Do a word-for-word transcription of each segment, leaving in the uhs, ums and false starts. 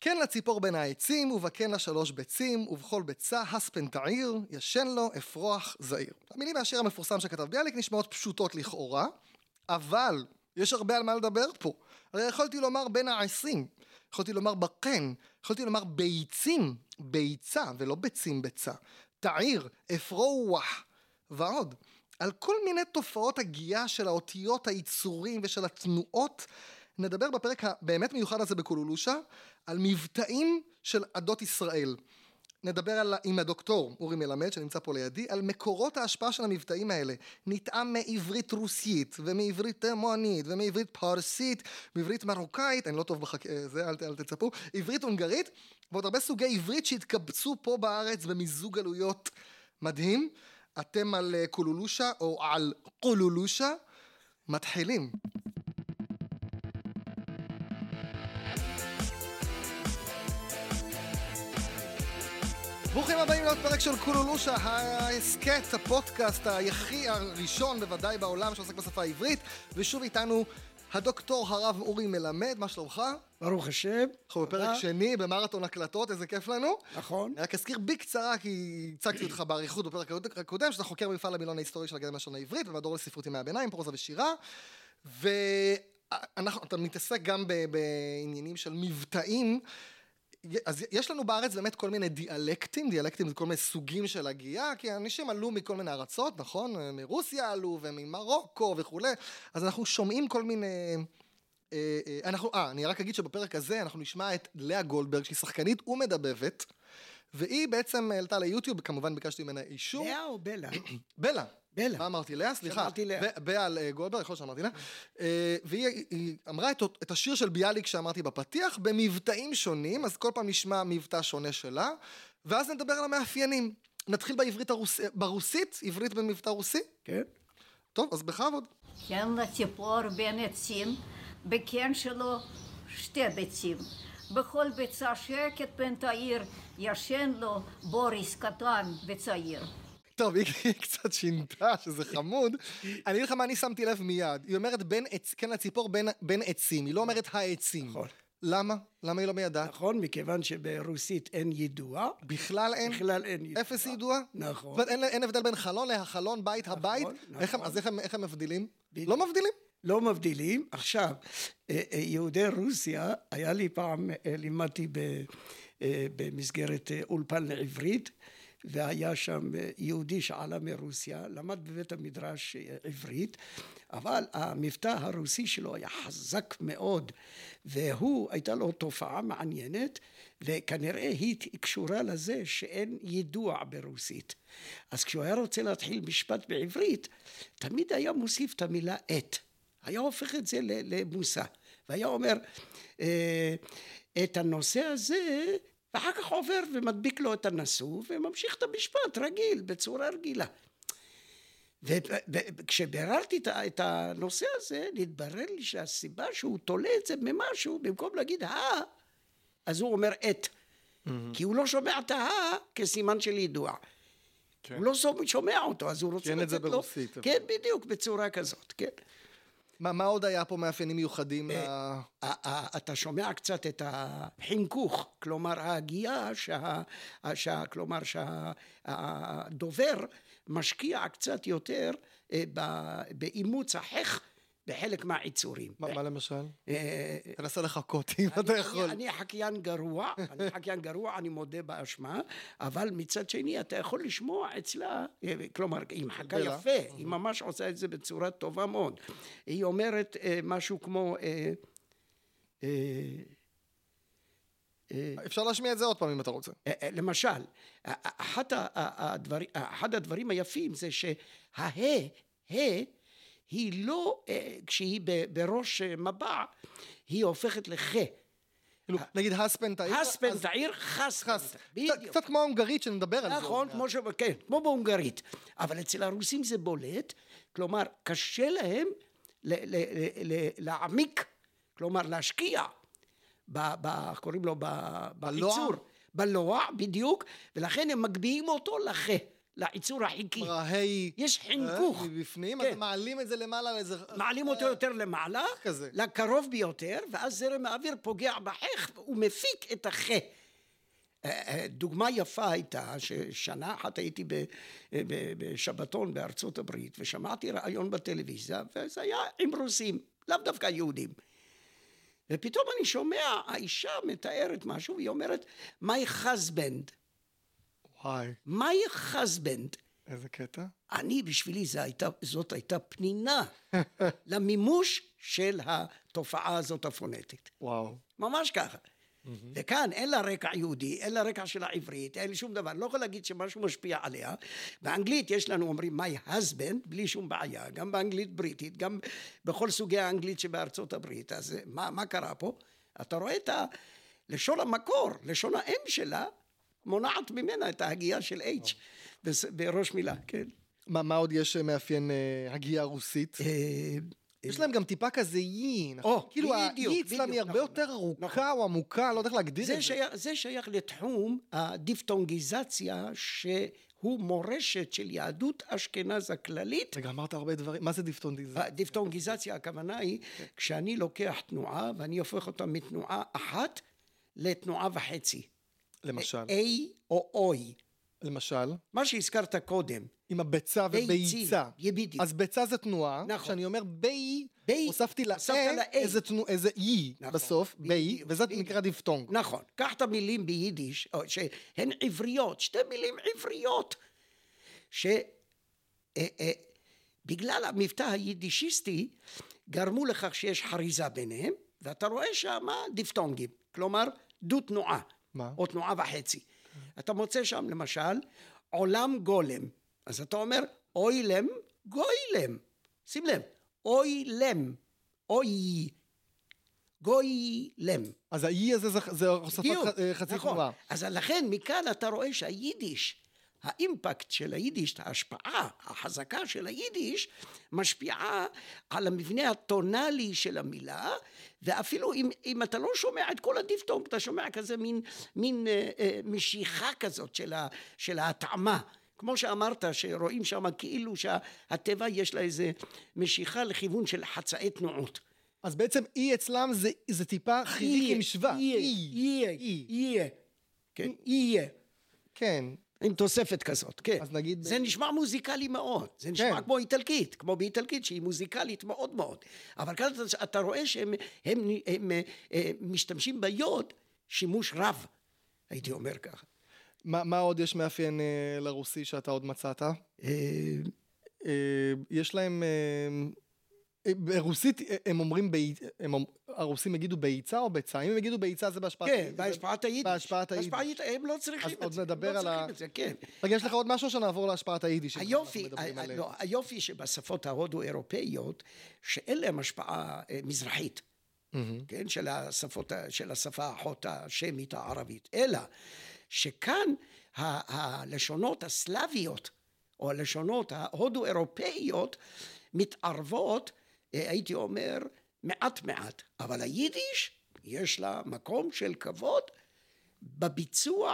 כן לציפור בין העצים, ובכן לשלוש ביצים, ובכל ביצה הספן תעיר, ישן לו אפרוח זעיר. המילים מהשיר המפורסם שכתב ביאליק נשמעות פשוטות לכאורה, אבל יש הרבה על מה לדבר פה. הרי יכולתי לומר בין העצים, יכולתי לומר בכן, יכולתי לומר ביצים, ביצה, ולא ביצים ביצה. תעיר, אפרוח, ועוד. על כל מיני תופעות הגייה של האותיות, היצורים ושל התנועות, נדבר בפרק הבאמת מיוחד הזה בקולולושה, על מבטאים של עדות ישראל. נדבר על, עם הדוקטור אורי מלמד, שנמצא פה לידי, על מקורות ההשפעה של המבטאים האלה. נטעם מעברית רוסית, ומעברית תימנית, ומעברית פרסית, מעברית מרוקאית, אני לא טוב בחק... זה, אל, אל תצפו, עברית הונגרית, ועוד הרבה סוגי עברית שהתקבצו פה בארץ במיזוג גלויות מדהים. אתם על קולולושה, או על קולולושה, מתחילים. ברוכים הבאים לעוד פרק של קולולושה, ההסקט, הפודקאסט היחי הראשון בוודאי בעולם שעוסק בשפה העברית, ושוב איתנו הדוקטור הרב אורי מלמד. מה שלומך? ברוך השם. אנחנו בפרק שני במרתון הקלטות, איזה כיף לנו. נכון. רק אזכיר בקצרה, כי הצגתי אותך בעריכות בפרק הקודם, שאתה חוקר במפעל המילון ההיסטורי של האקדמיה ללשון העברית, ומדור לספרות ימי הביניים, פרוזה ושירה, ואתה מתעסק גם בעניינים של מבטאים. אז יש לנו בארץ באמת כל מיני דיאלקטים, דיאלקטים זה כל מיני סוגים של הגייה, כי אנשים עלו מכל מיני ארצות, נכון? מרוסיה עלו וממרוקו וכו'. אז אנחנו שומעים כל מיני... אנחנו, אה, אני רק אגיד שבפרק הזה אנחנו נשמע את לאה גולדברג, שהיא שחקנית ומדבבת, והיא בעצם העלתה ליוטיוב, כמובן ביקשתי ממנה אישור. לאה או בלה? בלה. בלה. מה אמרתי? לאה? סליחה. אמרתי לאה. באה על גולדברג, יכול שאמרתי לה. והיא אמרה את השיר של ביאליק שאמרתי בפתיח, במבטאים שונים, אז כל פעם נשמע מבטא שונה שלה, ואז נדבר על המאפיינים. נתחיל בעברית ברוסית, עברית במבטא רוסי? כן. טוב, אז בכבוד. כן לציפור בין עצים, בכן שלו שתי ביצים. בכל ביצה שקט בין תאיר, ישן לו בוריס קטן וצעיר. טוב, היא קצת שינתה, שזה חמוד. אני אגיד לך מה אני שמתי לב מיד. היא אומרת בין עץ, כן לציפור בין, בין עצים, היא לא אומרת העצים. נכון. למה? למה היא לא מידעת? נכון, מכיוון שברוסית אין יידוע. בכלל אין? בכלל אין יידוע. אפס יידוע? נכון. זאת אומרת, אין, אין הבדל בין חלון להחלון, בית, נכון, הבית? נכון. איך, אז איך הם, איך הם מבדילים? בדיוק. לא מבדילים? לא מבדילים. עכשיו, יהודי רוסיה, היה לי פעם, לימדתי במסגרת אולפן לעברית, והיה שם יהודי שעלה מרוסיה, למד בבית המדרש עברית, אבל המבטא הרוסי שלו היה חזק מאוד, והוא, הייתה לו תופעה מעניינת, וכנראה היא קשורה לזה שאין ידוע ברוסית. אז כשהוא היה רוצה להתחיל משפט בעברית, תמיד היה מוסיף את המילה את. היה הופך את זה למושא, והיה אומר, את הנושא הזה, ואחר כך עובר ומדביק לו את הנשוא, וממשיך את המשפט רגיל, בצורה רגילה. וכשביררתי את הנושא הזה, נתברר לי שהסיבה שהוא תולה את זה ממשהו, במקום להגיד הא, אז הוא אומר את. כי הוא לא שומע את הא כסימן של ידוע. הוא לא שומע אותו, אז הוא רוצה כן, את זה ברוסית. כן, בדיוק, בצורה כזאת, כן. מה, מה עוד היה פה מאפיינים מיוחדים? אתה שומע קצת את החינכוך, כלומר ההגייה, כלומר שהדובר משקיע קצת יותר באימוץ החך בחלק מהעיצורים. מה למשל? תנסה לחכות אם אתה יכול. אני חקיין גרוע, אני חקיין גרוע, אני מודה באשמה, אבל מצד שני אתה יכול לשמוע אצלה, כלומר, היא מחכה יפה, היא ממש עושה את זה בצורה טובה מאוד. היא אומרת משהו כמו... אפשר להשמיע את זה עוד פעם אם אתה רוצה. למשל, אחד הדברים היפים זה שה, ה, היא לא, כשהיא בראש מבע, היא הופכת לח. נגיד הספן תעיר. הספן תעיר, חס. קצת כמו ההונגרית שנדבר על זה. נכון, כן, כמו בהונגרית. אבל אצל הרוסים זה בולט, כלומר, קשה להם להעמיק, כלומר, להשקיע, קוראים לו בקיצור. בלוע, בדיוק, ולכן הם מגביהים אותו לח. לעיצור החיקי. היי. יש חינכוך. מבפנים, כן. אז מעלים את זה למעלה לאיזה... מעלים אותו יותר למעלה, כזה. לקרוב ביותר, ואז זרם האוויר פוגע בחך, ומפיק את החה. דוגמה יפה הייתה ששנה אחת הייתי בשבתון בארצות הברית ושמעתי רעיון בטלוויזיה וזה היה עם רוסים, לאו דווקא יהודים, ופתאום אני שומע האישה מתארת משהו והיא אומרת my husband. וואי. my husband. איזה קטע? אני בשבילי זה הייתה, זאת הייתה פנינה למימוש של התופעה הזאת הפונטית. וואו. ממש ככה. וכאן אין לה רקע יהודי, אין לה רקע של העברית, אין לי שום דבר, לא יכול להגיד שמשהו משפיע עליה. באנגלית יש לנו אומרים my husband בלי שום בעיה, גם באנגלית בריטית, גם בכל סוגי האנגלית שבארצות הברית. אז מה, מה קרה פה? אתה רואה את לשון המקור, לשון האם שלה, מונעת ממנה את ההגייה של H בראש מילה, כן. מה, מה עוד יש מאפיין הגייה רוסית? יש להם גם טיפה כזה יי, נכון? כאילו היי אצלם היא הרבה יותר ארוכה או עמוקה, לא יודע איך להגדיר את זה. זה שייך לתחום הדיפטונגיזציה שהוא מורשת של יהדות אשכנז הכללית. רגע, אמרת הרבה דברים, מה זה דיפטונגיזציה? דיפטונגיזציה הכוונה היא כשאני לוקח תנועה ואני הופך אותה מתנועה אחת לתנועה וחצי. למשל? A או אוי. למשל? מה שהזכרת קודם. עם הביצה ובייצה. בדיוק. אז ביצה זה תנועה, נכון. כשאני אומר בי, בי הוספתי לה איזה תנועה, איזה אי נכון. בסוף, בי, וזה נקרא דיפטונג. נכון. קח את המילים ביידיש, שהן עבריות, שתי מילים עבריות, שבגלל המבטא היידישיסטי, גרמו לכך שיש חריזה ביניהם, ואתה רואה שם דיפטונגים, כלומר דו תנועה, מה? או תנועה וחצי. אתה מוצא שם למשל עולם גולם, אז אתה אומר אוילם גוילם, שים לב, אוילם, אוי, גוילם. אז האי הזה זה הוספת חצי תנועה. אז לכן מכאן אתה רואה שהיידיש, האימפקט של היידיש, ההשפעה החזקה של היידיש, משפיעה על המבנה הטונלי של המילה, ואפילו אם, אם אתה לא שומע את כל הדיפטונג, אתה שומע כזה מין, מין אה, אה, משיכה כזאת של, ה, של ההטעמה. כמו שאמרת, שרואים שם כאילו שהטבע יש לה איזה משיכה לכיוון של חצאי תנועות. אז בעצם אי אצלם זה, זה טיפה חיריק עם שווה. אי, אי, אי, אי, כן, אי. כן. עם תוספת כזאת, כן. אז נגיד... זה נשמע מוזיקלי מאוד. זה נשמע כן. כמו איטלקית, כמו באיטלקית, שהיא מוזיקלית מאוד מאוד. אבל כאן אתה, אתה רואה שהם הם, הם, הם, הם, משתמשים ביוד שימוש רב, הייתי אומר ככה. מה, מה עוד יש מאפיין אה, לרוסי שאתה עוד מצאת? אה, אה, יש להם... אה, ברוסית הם אומרים, הם, הרוסים יגידו ביצה או ביצה? אם הם יגידו ביצה זה בהשפעת היידיש. כן, בהשפעת היידיש. בהשפעת היידיש. הם לא צריכים את זה. אז עוד נדבר על ה... כן. רגע, יש לך עוד משהו שנעבור להשפעת היידיש? היופי, היופי שבשפות ההודו-אירופאיות, שאין להם השפעה מזרחית, כן, של השפות, של השפה האחות השמית הערבית, אלא שכאן הלשונות הסלאביות, או הלשונות ההודו-אירופאיות, מתערבות, הייתי אומר, מעט מעט, אבל היידיש יש לה מקום של כבוד בביצוע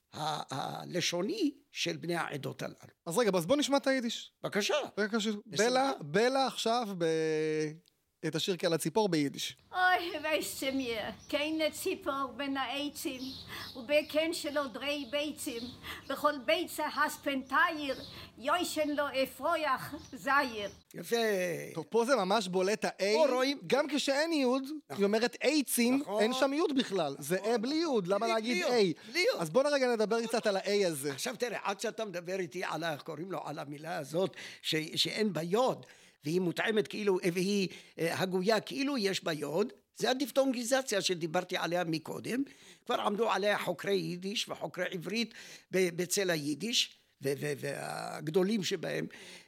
הלשוני של בני העדות הללו. אז רגע, אז בוא נשמע את היידיש. בבקשה. בבקשה. בלה, בלה עכשיו ב... את השיר כעל הציפור ביידיש. אוי, weißt du mir, keine ציפור בין העצים, ובקן שלו דרי ביצים, בכל ביצה הספנטייר, יוישן לו אפרויח זייר. יפה. טוב, פה זה ממש בולט ה-A, גם כשאין יוד, היא אומרת עצים, אין שם יוד בכלל, זה A בלי יוד, למה להגיד A? אז בוא נרגע נדבר קצת על ה-A הזה. עכשיו תראה, עד שאתה מדבר איתי על, קוראים לו, על המילה הזאת, שאין בה יוד, והיא מותאמת כאילו, והיא הגויה כאילו יש בה יוד, זה הדיפטונגיזציה שדיברתי עליה מקודם, כבר עמדו עליה חוקרי יידיש וחוקרי עברית בצל היידיש, והגדולים שבהם,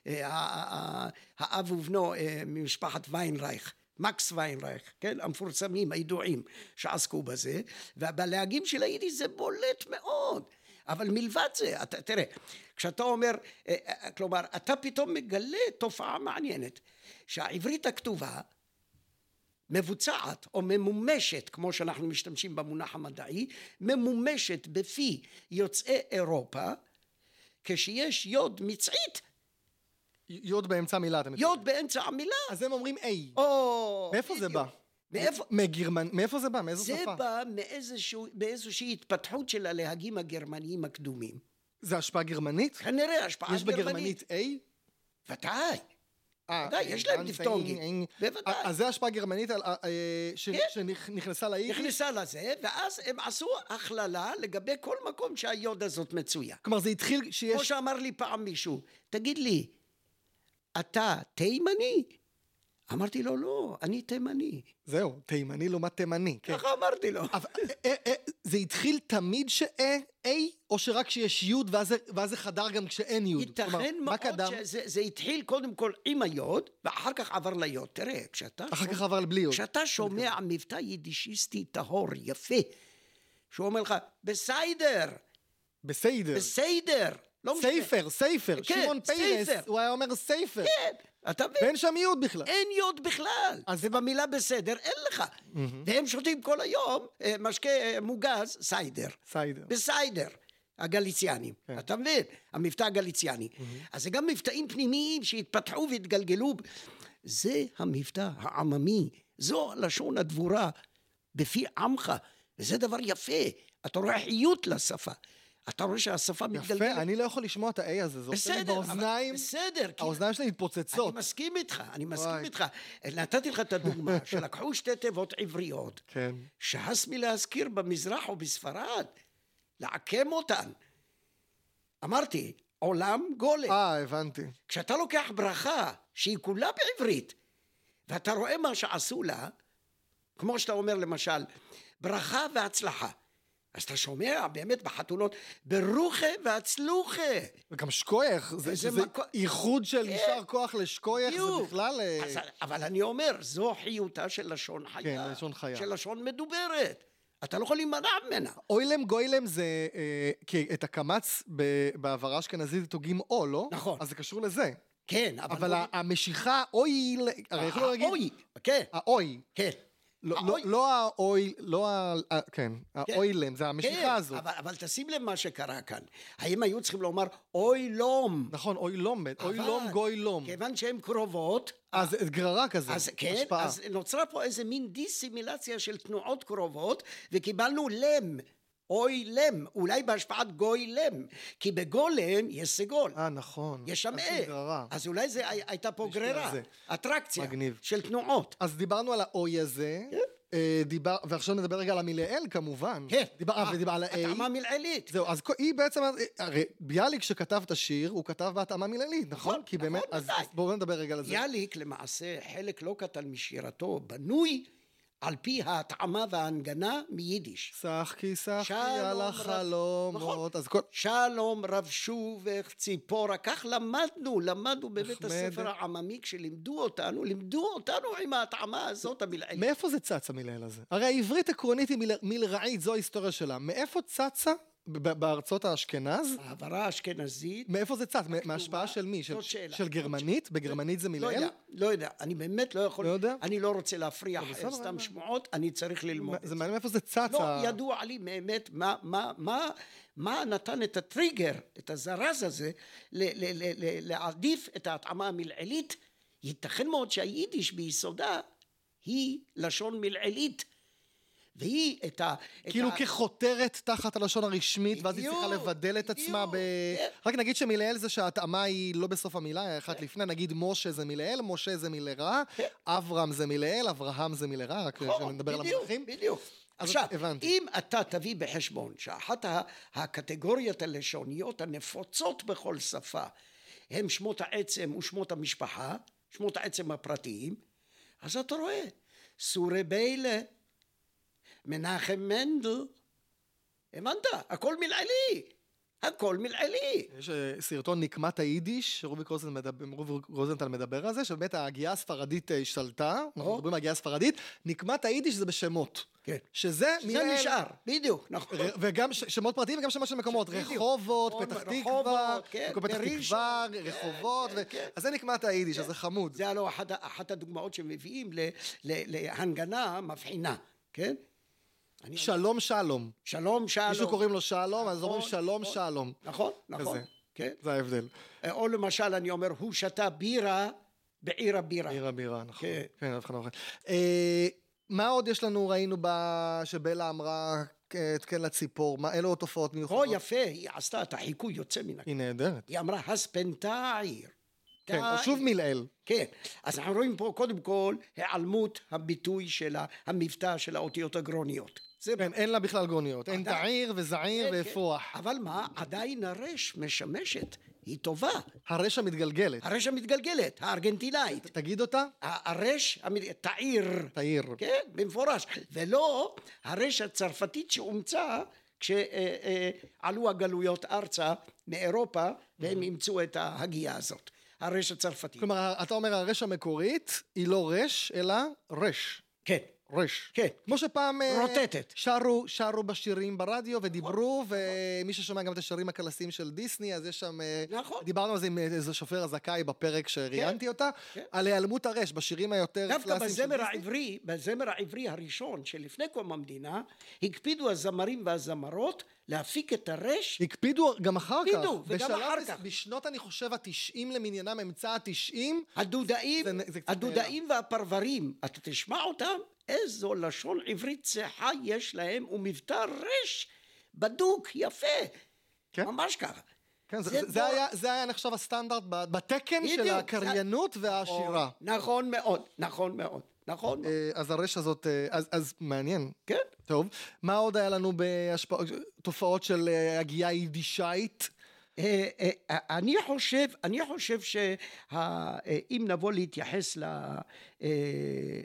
האב ובנו ממשפחת ויינרייך, מקס ויינרייך, כן, המפורסמים, הידועים שעסקו בזה, ובלהגים של היידיש זה בולט מאוד. אבל מלבד זה, אתה, תראה, כשאתה אומר, כלומר, אתה פתאום מגלה תופעה מעניינת, שהעברית הכתובה מבוצעת או ממומשת, כמו שאנחנו משתמשים במונח המדעי, ממומשת בפי יוצאי אירופה, כשיש יוד מצעית, יוד באמצע המילה, אתה מתכוון. יוד באמצע המילה. אז הם אומרים איי. או... מאיפה זה בא? מאיפה? מגרמנ... מאיפה זה בא? מאיזו זה שפה? בא מאיזשהו, מאיזושהי התפתחות של הלהגים הגרמניים הקדומים. זה השפעה גרמנית? כנראה השפעה יש גרמנית. בגרמנית איי? ודאי. אה, ודאי, יש להם אין- דיפתונגים. אין- אין- בוודאי. אז זה השפעה גרמנית על- אה, ש- כן. שנכנסה ליידיש? נכנסה לזה, ואז הם עשו הכללה לגבי כל מקום שהיוד הזאת מצויה. כלומר זה התחיל כמו שיש... שאמר לי פעם מישהו, תגיד לי, אתה תימני? אמרתי לו, לא, אני תימני. זהו, תימני לעומת תימני. כן. ככה אמרתי לו. אבל אה, אה, זה התחיל תמיד שאה, איי, או שרק כשיש יוד ואז זה- ואז זה חדר גם כשאין יוד? כלומר, ייתכן מה מאוד קדם? שזה זה התחיל קודם כל עם היוד, ואחר כך עבר ליוד. תראה, כשאתה... אחר כך עבר לבלי יוד. כשאתה שומע מבטא יידישיסטי טהור, יפה, שהוא אומר לך, בסיידר, בסדר. בסיידר. לא משנה. סייפר, סייפר. כן, שמעון פיירס, סייפר. הוא היה אומר סייפר. כן, אתה מבין? ואין שם יוד בכלל. אין יוד בכלל. אז ובמילה בסדר אין לך. והם שותים כל היום אה, משקה אה, מוגז, סיידר. סיידר. בסיידר. הגליציאנים, כן. אתה מבין? המבטא הגליציאני. אז זה גם מבטאים פנימיים שהתפתחו והתגלגלו. זה המבטא העממי, זו לשון הדבורה בפי עמך, וזה דבר יפה. אתה רואה חיות לשפה. אתה רואה שהשפה מתגלגלת. יפה, אני לא יכול לשמוע את ה-A הזה, זה עושה לי בסדר, באוזניים, אבל- בסדר, כי- האוזניים שלי אני מתפוצצות. מסכים איתך, אני מסכים וואי. איתך. נתתי לך את הדוגמה שלקחו שתי תיבות עבריות, כן. שהס מלהזכיר במזרח או בספרד, לעקם אותן. אמרתי, עולם גולם. אה, הבנתי. כשאתה לוקח ברכה שהיא כולה בעברית, ואתה רואה מה שעשו לה, כמו שאתה אומר למשל, ברכה והצלחה. אז אתה שומע באמת בחתונות, ברוכה והצלוחה. וגם שקוייך, זה, איזה שזה מקו- ייחוד של כן. יישר כוח לשקוייך, זה בדיוק. בכלל... אה, אז, אבל אני אומר, זו חיותה של לשון חיה. כן, לשון חיה. של לשון מדוברת. אתה לא יכול להימנע ממנה. אוילם גוילם זה, אה, כי את הקמץ ב- בעברה אשכנזית תוגים או, לא? נכון. אז זה קשור לזה. כן, אבל... אבל לא- ה- המשיכה, אוי, הרי יכולו להגיד... האוי, כן, האוי. כן. לא, לא, האוי. לא האוי, לא ה... ה- כן, האוילם, זה המשיכה כן, הזאת. אבל, אבל תשים לב מה שקרה כאן. האם היו צריכים לומר אוי לום? נכון, אוי לום, אוי אבל לום, גוי לום. כיוון שהן קרובות, אז זה גררה כזה, אז כן, השפעה. אז נוצרה פה איזה מין דיסימילציה של תנועות קרובות, וקיבלנו לם, אוי לם, אולי בהשפעת גוי לם, כי בגולם יש סגול. אה, נכון. יש שם אז אה, זה גררה. אז אולי זה הי- הייתה פה משפיע על גררה, זה. אטרקציה מגניב. של תנועות. אז דיברנו על האוי הזה, אה, דיבר, ועכשיו נדבר רגע על המילאל כמובן. כן. דיבר, אה, ודיבר על ה-A. התאמה מלעילית. זהו, אז כל- היא בעצם, הרי ביאליק שכתב את השיר, הוא כתב בהתאמה מילאלית, נכון? נכון, כי נכון, באמת, אז ודאי. אז בואו נדבר רגע על זה. ביאליק למעשה חלק לא קטן משירתו בנוי על פי ההטעמה וההנגנה מיידיש. שחקי שחקי שלום על רב. החלומות, אז כל... שלום רב שובך ציפורה, כך למדנו, למדנו בבית נחמד. הספר העממי כשלימדו אותנו, לימדו אותנו עם ההטעמה הזאת המלעילית. מאיפה זה צץ המילאל הזה? הרי העברית עקרונית היא מיל- מילראית, זו ההיסטוריה שלה. מאיפה צצה ב- בארצות האשכנז? העברה האשכנזית, מאיפה זה צץ? מה- מההשפעה של מי? של- זאת שאלה. של גרמנית? בגרמנית זה לא מילאל? יודע, לא יודע, אני באמת לא יכול, לא יודע? אני לא רוצה להפריח בסדר, סתם אין שמועות, אני צריך ללמוד את זה זה. מעניין מאיפה זה צץ. לא ה- ידוע לי באמת מה, מה, מה, מה נתן את הטריגר, את הזרז הזה, ל, ל, ל, ל, להעדיף את ההטעמה המלעילית. ייתכן מאוד שהיידיש ביסודה היא לשון מלעילית, והיא את ה... את כאילו ה- כחותרת תחת הלשון הרשמית, ואז היא צריכה בדיוק, לבדל את עצמה ב... בדיוק. רק נגיד שמילאל זה שההתאמה היא לא בסוף המילה, היא אחת לפני, נגיד משה זה מילאל, משה זה מילרע, אברהם זה מילאל, אברהם זה מילרע, רק נכון, שנדבר על בדיוק, המונחים. בדיוק. אז עכשיו, הבנתי. אם אתה תביא בחשבון שאחת ה- הקטגוריות הלשוניות הנפוצות בכל שפה הם שמות העצם ושמות המשפחה, שמות העצם הפרטיים, אז אתה רואה, סורי ביילה, מנחם מנדל, הבנת? הכל מלעילי, הכל מלעילי. יש אה, סרטון נקמת היידיש, שרוביק רוזנטל מדבר, רוביק רוזנטל מדבר על זה, שבאמת ההגייה הספרדית אה, השתלטה, אנחנו מדברים על ההגייה הספרדית, נקמת היידיש זה בשמות. כן. שזה זה מילאל, נשאר, בדיוק, נכון. ר- וגם ש- שמות פרטיים וגם שמות של מקומות, בדיוק. רחובות, נכון, פתח רחובות, תקווה, כן, מקום פתח בראשון, תקווה, כן, רחובות, כן, ו- כן. אז זה נקמת היידיש, אז זה חמוד. זה הלוא אחת, אחת הדוגמאות שמביאים ל, ל, להנגנה מבחינה, כן? אני- שלום שלום. שלום, שלום. מישהו קוראים לו שלום, אז אומרים נכון, שלום נכון. שלום. נכון, נכון. כזה. כן? זה ההבדל. או למשל אני אומר, הוא שתה בירה בעיר הבירה. עיר הבירה, נכון. כן. כן, אף אחד לא אוכל. אה, מה עוד יש לנו, ראינו ב- שבלה אמרה, תקן לציפור, מה, אלו תופעות מיוחדות? או יפה, היא עשתה את החיקוי יוצא מן הכלל. היא נהדרת. היא אמרה, הספנתאיר. כן, שוב מלעיל. כן, אז אנחנו רואים פה קודם כל היעלמות הביטוי של המבטא של האותיות הגרוניות. זה כן, אין לה בכלל גרוניות. אין עדיין. תעיר וזעיר כן, ואפרוח. כן. אבל מה, עדיין הרש משמשת, היא טובה. הרש המתגלגלת. הרש המתגלגלת, הארגנטינאית. תגיד אותה? הרש, המת- תעיר. תעיר. כן, במפורש. ולא הרש הצרפתית שאומצה כשעלו הגלויות ארצה מאירופה, והם אימצו את ההגייה הזאת. הרש הצרפתית. כלומר, אתה אומר הרש המקורית היא לא רש, אלא רש. כן. רש. כן. כמו שפעם אה, רוטטת. שרו, שרו בשירים ברדיו ודיברו, ומי ששומע גם את השירים הקלאסיים של דיסני, אז יש שם, אה, נכון. דיברנו על זה עם איזה שופר הזכאי בפרק שראיינתי אותה, כן. על היעלמות הרש בשירים היותר דווקא קלאסיים של בזמר דיסני. העברי, בזמר העברי הראשון שלפני קום המדינה, הקפידו הזמרים והזמרות להפיק את הרש. הקפידו גם אחר כך. הקפידו, וגם בשלב אחר מס- כך. בשנות אני חושב התשעים למניינם, אמצע התשעים, הדודאים, זה- זה קצת הדודאים והפרברים, אתה תשמע אותם, איזו לשון עברית צחה יש להם, ומבטא רש בדוק, יפה. כן. ממש ככה. כן, זה, זה זה, פה- זה, היה, זה היה נחשב הסטנדרט ב- בתקן של בדיוק, הקריינות והשירה. נכון מאוד, נכון מאוד, נכון מאוד. אה, אז הרש הזאת, אה, אז, אז מעניין. כן. טוב, מה עוד היה לנו בהשפעות, תופעות של אה, הגייה יידישאית? אה, אה, אני חושב, אני חושב שאם נבוא להתייחס ל- אה,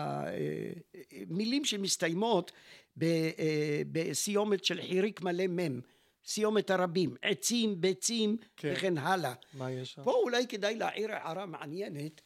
למילים שמסתיימות ב- אה, בסיומת של חיריק מלא מם, סיומת הרבים, עצים, ביצים כן. וכן הלאה. מה יש שם? פה אולי כדאי להעיר הערה מעניינת,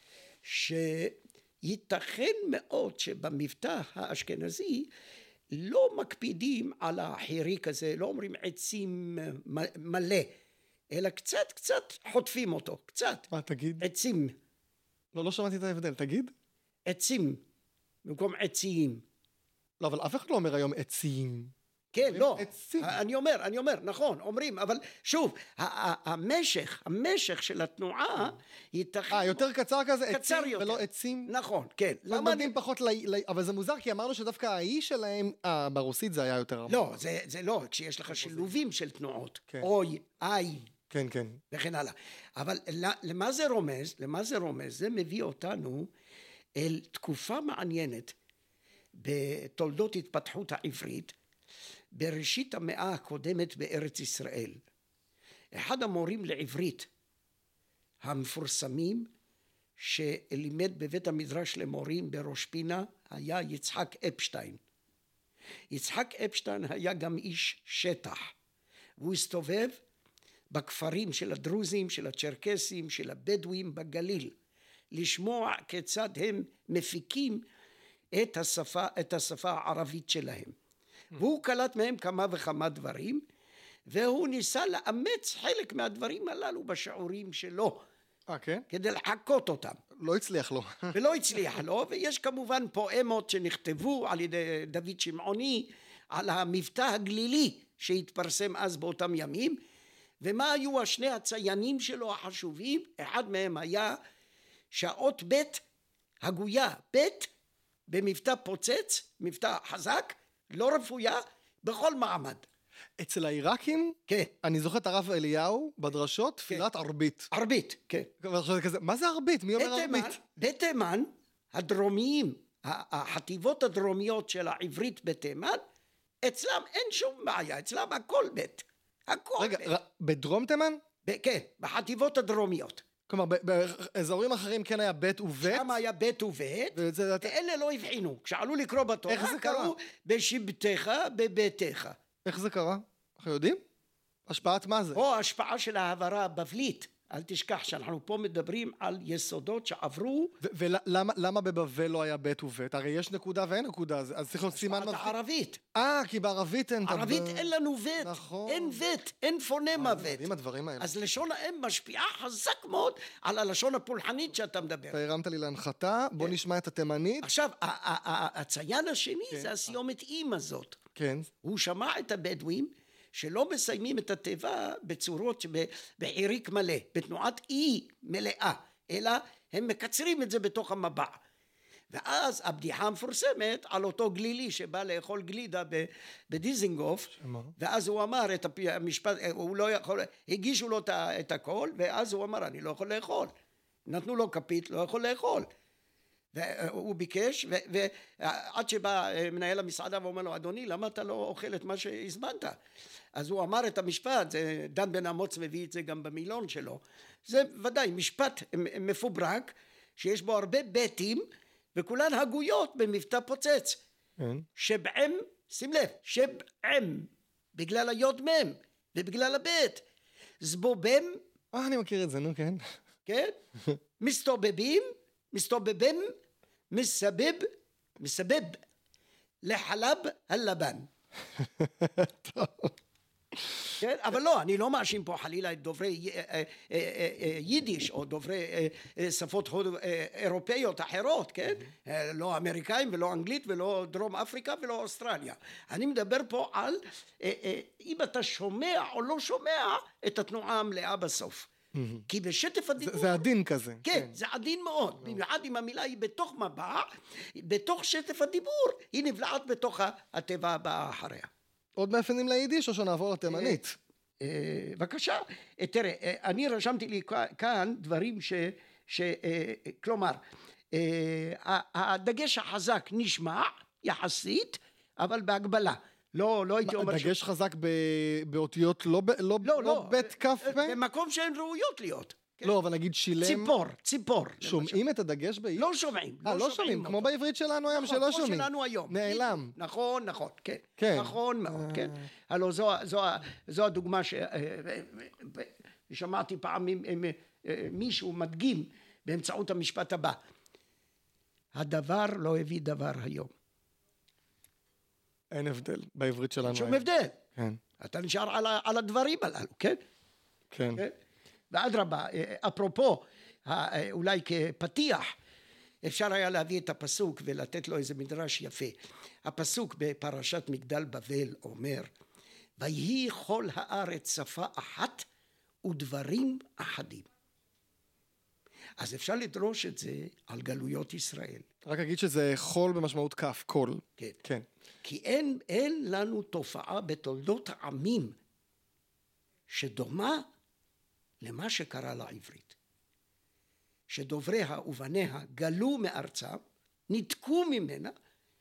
שייתכן מאוד שבמבטא האשכנזי לא מקפידים על החיריק הזה, לא אומרים עצים מ- מלא, אלא קצת קצת חוטפים אותו, קצת. מה, תגיד? עצים, לא, לא שמעתי את ההבדל, תגיד. עצים, במקום עציים. לא, אבל אף אחד לא אומר היום עצים. כן, אומרים לא, עצים. אני אומר, אני אומר, נכון, אומרים, אבל שוב, ה- ה- המשך, המשך של התנועה ייתכן... אה, יותר קצר כזה, קצר עצים יותר. ולא עצים. נכון, כן. למה אני פחות, ל... ל... אבל זה מוזר, כי אמרנו שדווקא האי שלהם, אה, ברוסית זה היה יותר עמוק. לא, זה, זה לא, כשיש לך שילובים של תנועות, כן. אוי, איי, כן, כן. וכן הלאה. אבל למה זה רומז? למה זה רומז? זה מביא אותנו אל תקופה מעניינת בתולדות התפתחות העברית, בראשית המאה הקודמת בארץ ישראל. אחד המורים לעברית המפורסמים שלימד בבית המדרש למורים בראש פינה היה יצחק אפשטיין. יצחק אפשטיין היה גם איש שטח, והוא הסתובב בכפרים של הדרוזים, של הצ'רקסים, של הבדואים בגליל, לשמוע כיצד הם מפיקים את השפה, את השפה הערבית שלהם. והוא קלט מהם כמה וכמה דברים, והוא ניסה לאמץ חלק מהדברים הללו בשיעורים שלו, אה, כן? כדי לחקות אותם. לא הצליח לו. ולא הצליח לו, ויש כמובן פואמות שנכתבו על ידי דוד שמעוני, על המבטא הגלילי שהתפרסם אז באותם ימים, ומה היו השני הציינים שלו החשובים? אחד מהם היה שהאות ב' הגויה, ב' במבטא פוצץ, מבטא חזק, לא רפויה, בכל מעמד. אצל העיראקים, כן. אני זוכר את הרב אליהו בדרשות, תפילת ערבית. ערבית, כן. ועכשיו זה כזה, מה זה ערבית? מי אומר בתימן, ערבית? בתימן, הדרומיים, החטיבות הדרומיות של העברית בתימן, אצלם אין שום בעיה, אצלם הכל בית. הכל רגע, בית. ר- בדרום תימן? ב- כן, בחטיבות הדרומיות. כלומר, ב- באזורים אחרים כן היה בית ובית? שם היה בית ובית, וזה- ואלה לא הבחינו. כשעלו לקרוא איך בתורה, זה קרה? קראו בשבתך בביתך. איך זה קרה? אנחנו יודעים? השפעת מה זה? או השפעה של ההעברה הבבלית. אל תשכח שאנחנו פה מדברים על יסודות שעברו ו- ולמה למה בבבל לא היה בית ובית? הרי יש נקודה ואין נקודה, אז אז צריך להיות סימן השפעת מבחין. הערבית. אה, כי בערבית אין... את ה- ערבית אין לנו בית, נכון. אין בית, אין פונמה בית. מדהים הדברים האלה. אז לשון האם משפיעה חזק מאוד על הלשון הפולחנית שאתה מדבר. אתה הרמת לי להנחתה, בוא נשמע את התימנית. עכשיו, ה- ה- ה- הציין השני זה הסיומת אים הזאת. כן. הוא שמע את הבדואים שלא מסיימים את התיבה בצורות בחיריק מלא, בתנועת אי מלאה, אלא הם מקצרים את זה בתוך המבע. ואז הבדיחה המפורסמת על אותו גלילי שבא לאכול גלידה בדיזינגוף, ואז הוא אמר את המשפט, הוא לא יכול, הגישו לו את הכל, ואז הוא אמר אני לא יכול לאכול, נתנו לו כפית, לא יכול לאכול, והוא ביקש, ועד שבא מנהל המסעדה ואומר לו אדוני למה אתה לא אוכל את מה שהזמנת, אז הוא אמר את המשפט, דן בן אמוץ מביא את זה גם במילון שלו, זה ודאי משפט מפוברק שיש בו הרבה ביתים וכולן הגויות במבטא פוצץ. שבעם, שים לב, שבעם, בגלל היוד מם ובגלל הבית, זבובם, אה אני מכיר את זה, נו כן. כן? מסתובבים, מסתובבם, מסבב, מסבב, לחלב הלבן. טוב. כן? אבל לא, אני לא מאשים פה חלילה את דוברי יידיש או דוברי שפות אירופאיות אחרות, כן? לא אמריקאים ולא אנגלית ולא דרום אפריקה ולא אוסטרליה. אני מדבר פה על אם אתה שומע או לא שומע את התנועה המלאה בסוף. כי בשטף הדיבור... זה עדין כזה. כן, זה עדין מאוד. במיוחד אם המילה היא בתוך מבע, בתוך שטף הדיבור, היא נבלעת בתוך התיבה הבאה אחריה. עוד מאפיינים ליידיש או שנעבור לתימנית? בבקשה, תראה, אני רשמתי לי כאן דברים ש... כלומר, הדגש החזק נשמע יחסית, אבל בהגבלה. לא, לא הייתי אומר... דגש חזק באותיות לא בית כף פה? במקום שהן ראויות להיות. לא, אבל נגיד שילם... ציפור, ציפור. שומעים את הדגש באי? לא שומעים. אה, לא שומעים, כמו בעברית שלנו היום שלא שומעים. כמו שלנו היום. נעלם. נכון, נכון, כן. כן. נכון מאוד, כן. הלוא זו הדוגמה ששמעתי פעם מישהו מדגים באמצעות המשפט הבא. הדבר לא הביא דבר היום. אין הבדל בעברית שלנו. שום הבדל. כן. אתה נשאר על הדברים הללו, כן? כן. ואדרבה, אפרופו, אולי כפתיח, אפשר היה להביא את הפסוק ולתת לו איזה מדרש יפה. הפסוק בפרשת מגדל בבל אומר, ויהי כל הארץ שפה אחת ודברים אחדים. אז אפשר לדרוש את זה על גלויות ישראל. רק אגיד שזה חול במשמעות כף, קול. כן. כן. כי אין, אין לנו תופעה בתולדות העמים שדומה למה שקרה לעברית. שדובריה ובניה גלו מארצם, נתקו ממנה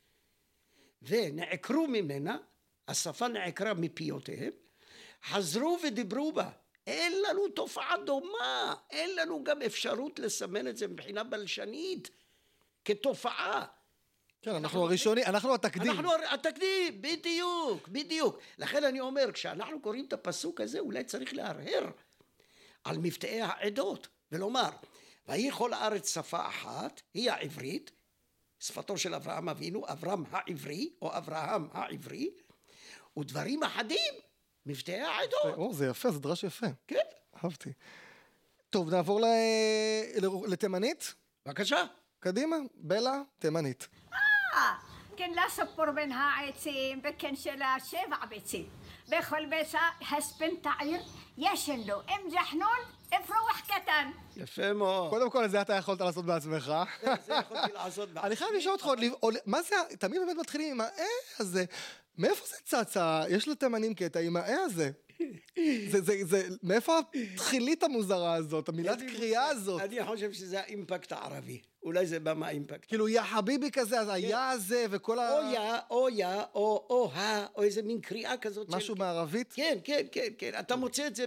ונעקרו ממנה, השפה נעקרה מפיותיהם, חזרו ודיברו בה. אין לנו תופעה דומה, אין לנו גם אפשרות לסמן את זה מבחינה בלשנית כתופעה. כן, אנחנו הראשונים, אנחנו התקדים. אנחנו התקדים, בדיוק, בדיוק. לכן אני אומר, כשאנחנו קוראים את הפסוק הזה, אולי צריך להרהר על מבטאי העדות, ולומר, ויהי כל הארץ שפה אחת, היא העברית, שפתו של אברהם אבינו, אברהם העברי, או אברהם העברי, ודברים אחדים, מבטאי העדות. או, זה יפה, זה דרש יפה. כן. אהבתי. טוב, נעבור לתימנית? בבקשה. קדימה, בלה, תימנית. אה, כן לספור בין העצים, וכן של השבע ביצים. בכל ביצה הספנטעיר ישן לו, אם ג'חנון, אפרוח קטן. יפה מאוד. קודם כל, זה אתה יכולת לעשות בעצמך. זה יכולתי לעשות בעצמך. אני חייב לשאול אותך עוד, מה זה, תמיד באמת מתחילים עם האה הזה, מאיפה זה צצה? יש לתימנים קטע עם האה הזה. זה, זה, זה, מאיפה התחילית המוזרה הזאת, המילת קריאה הזאת? אני חושב שזה האימפקט הערבי. אולי זה בא מהאימפקט. כאילו, יא חביבי כזה, אז היה הזה וכל ה... או יא, או יא, או או ה, או איזה מין קריאה כזאת. משהו בערבית? כן, כן, כן, כן. אתה מוצא את זה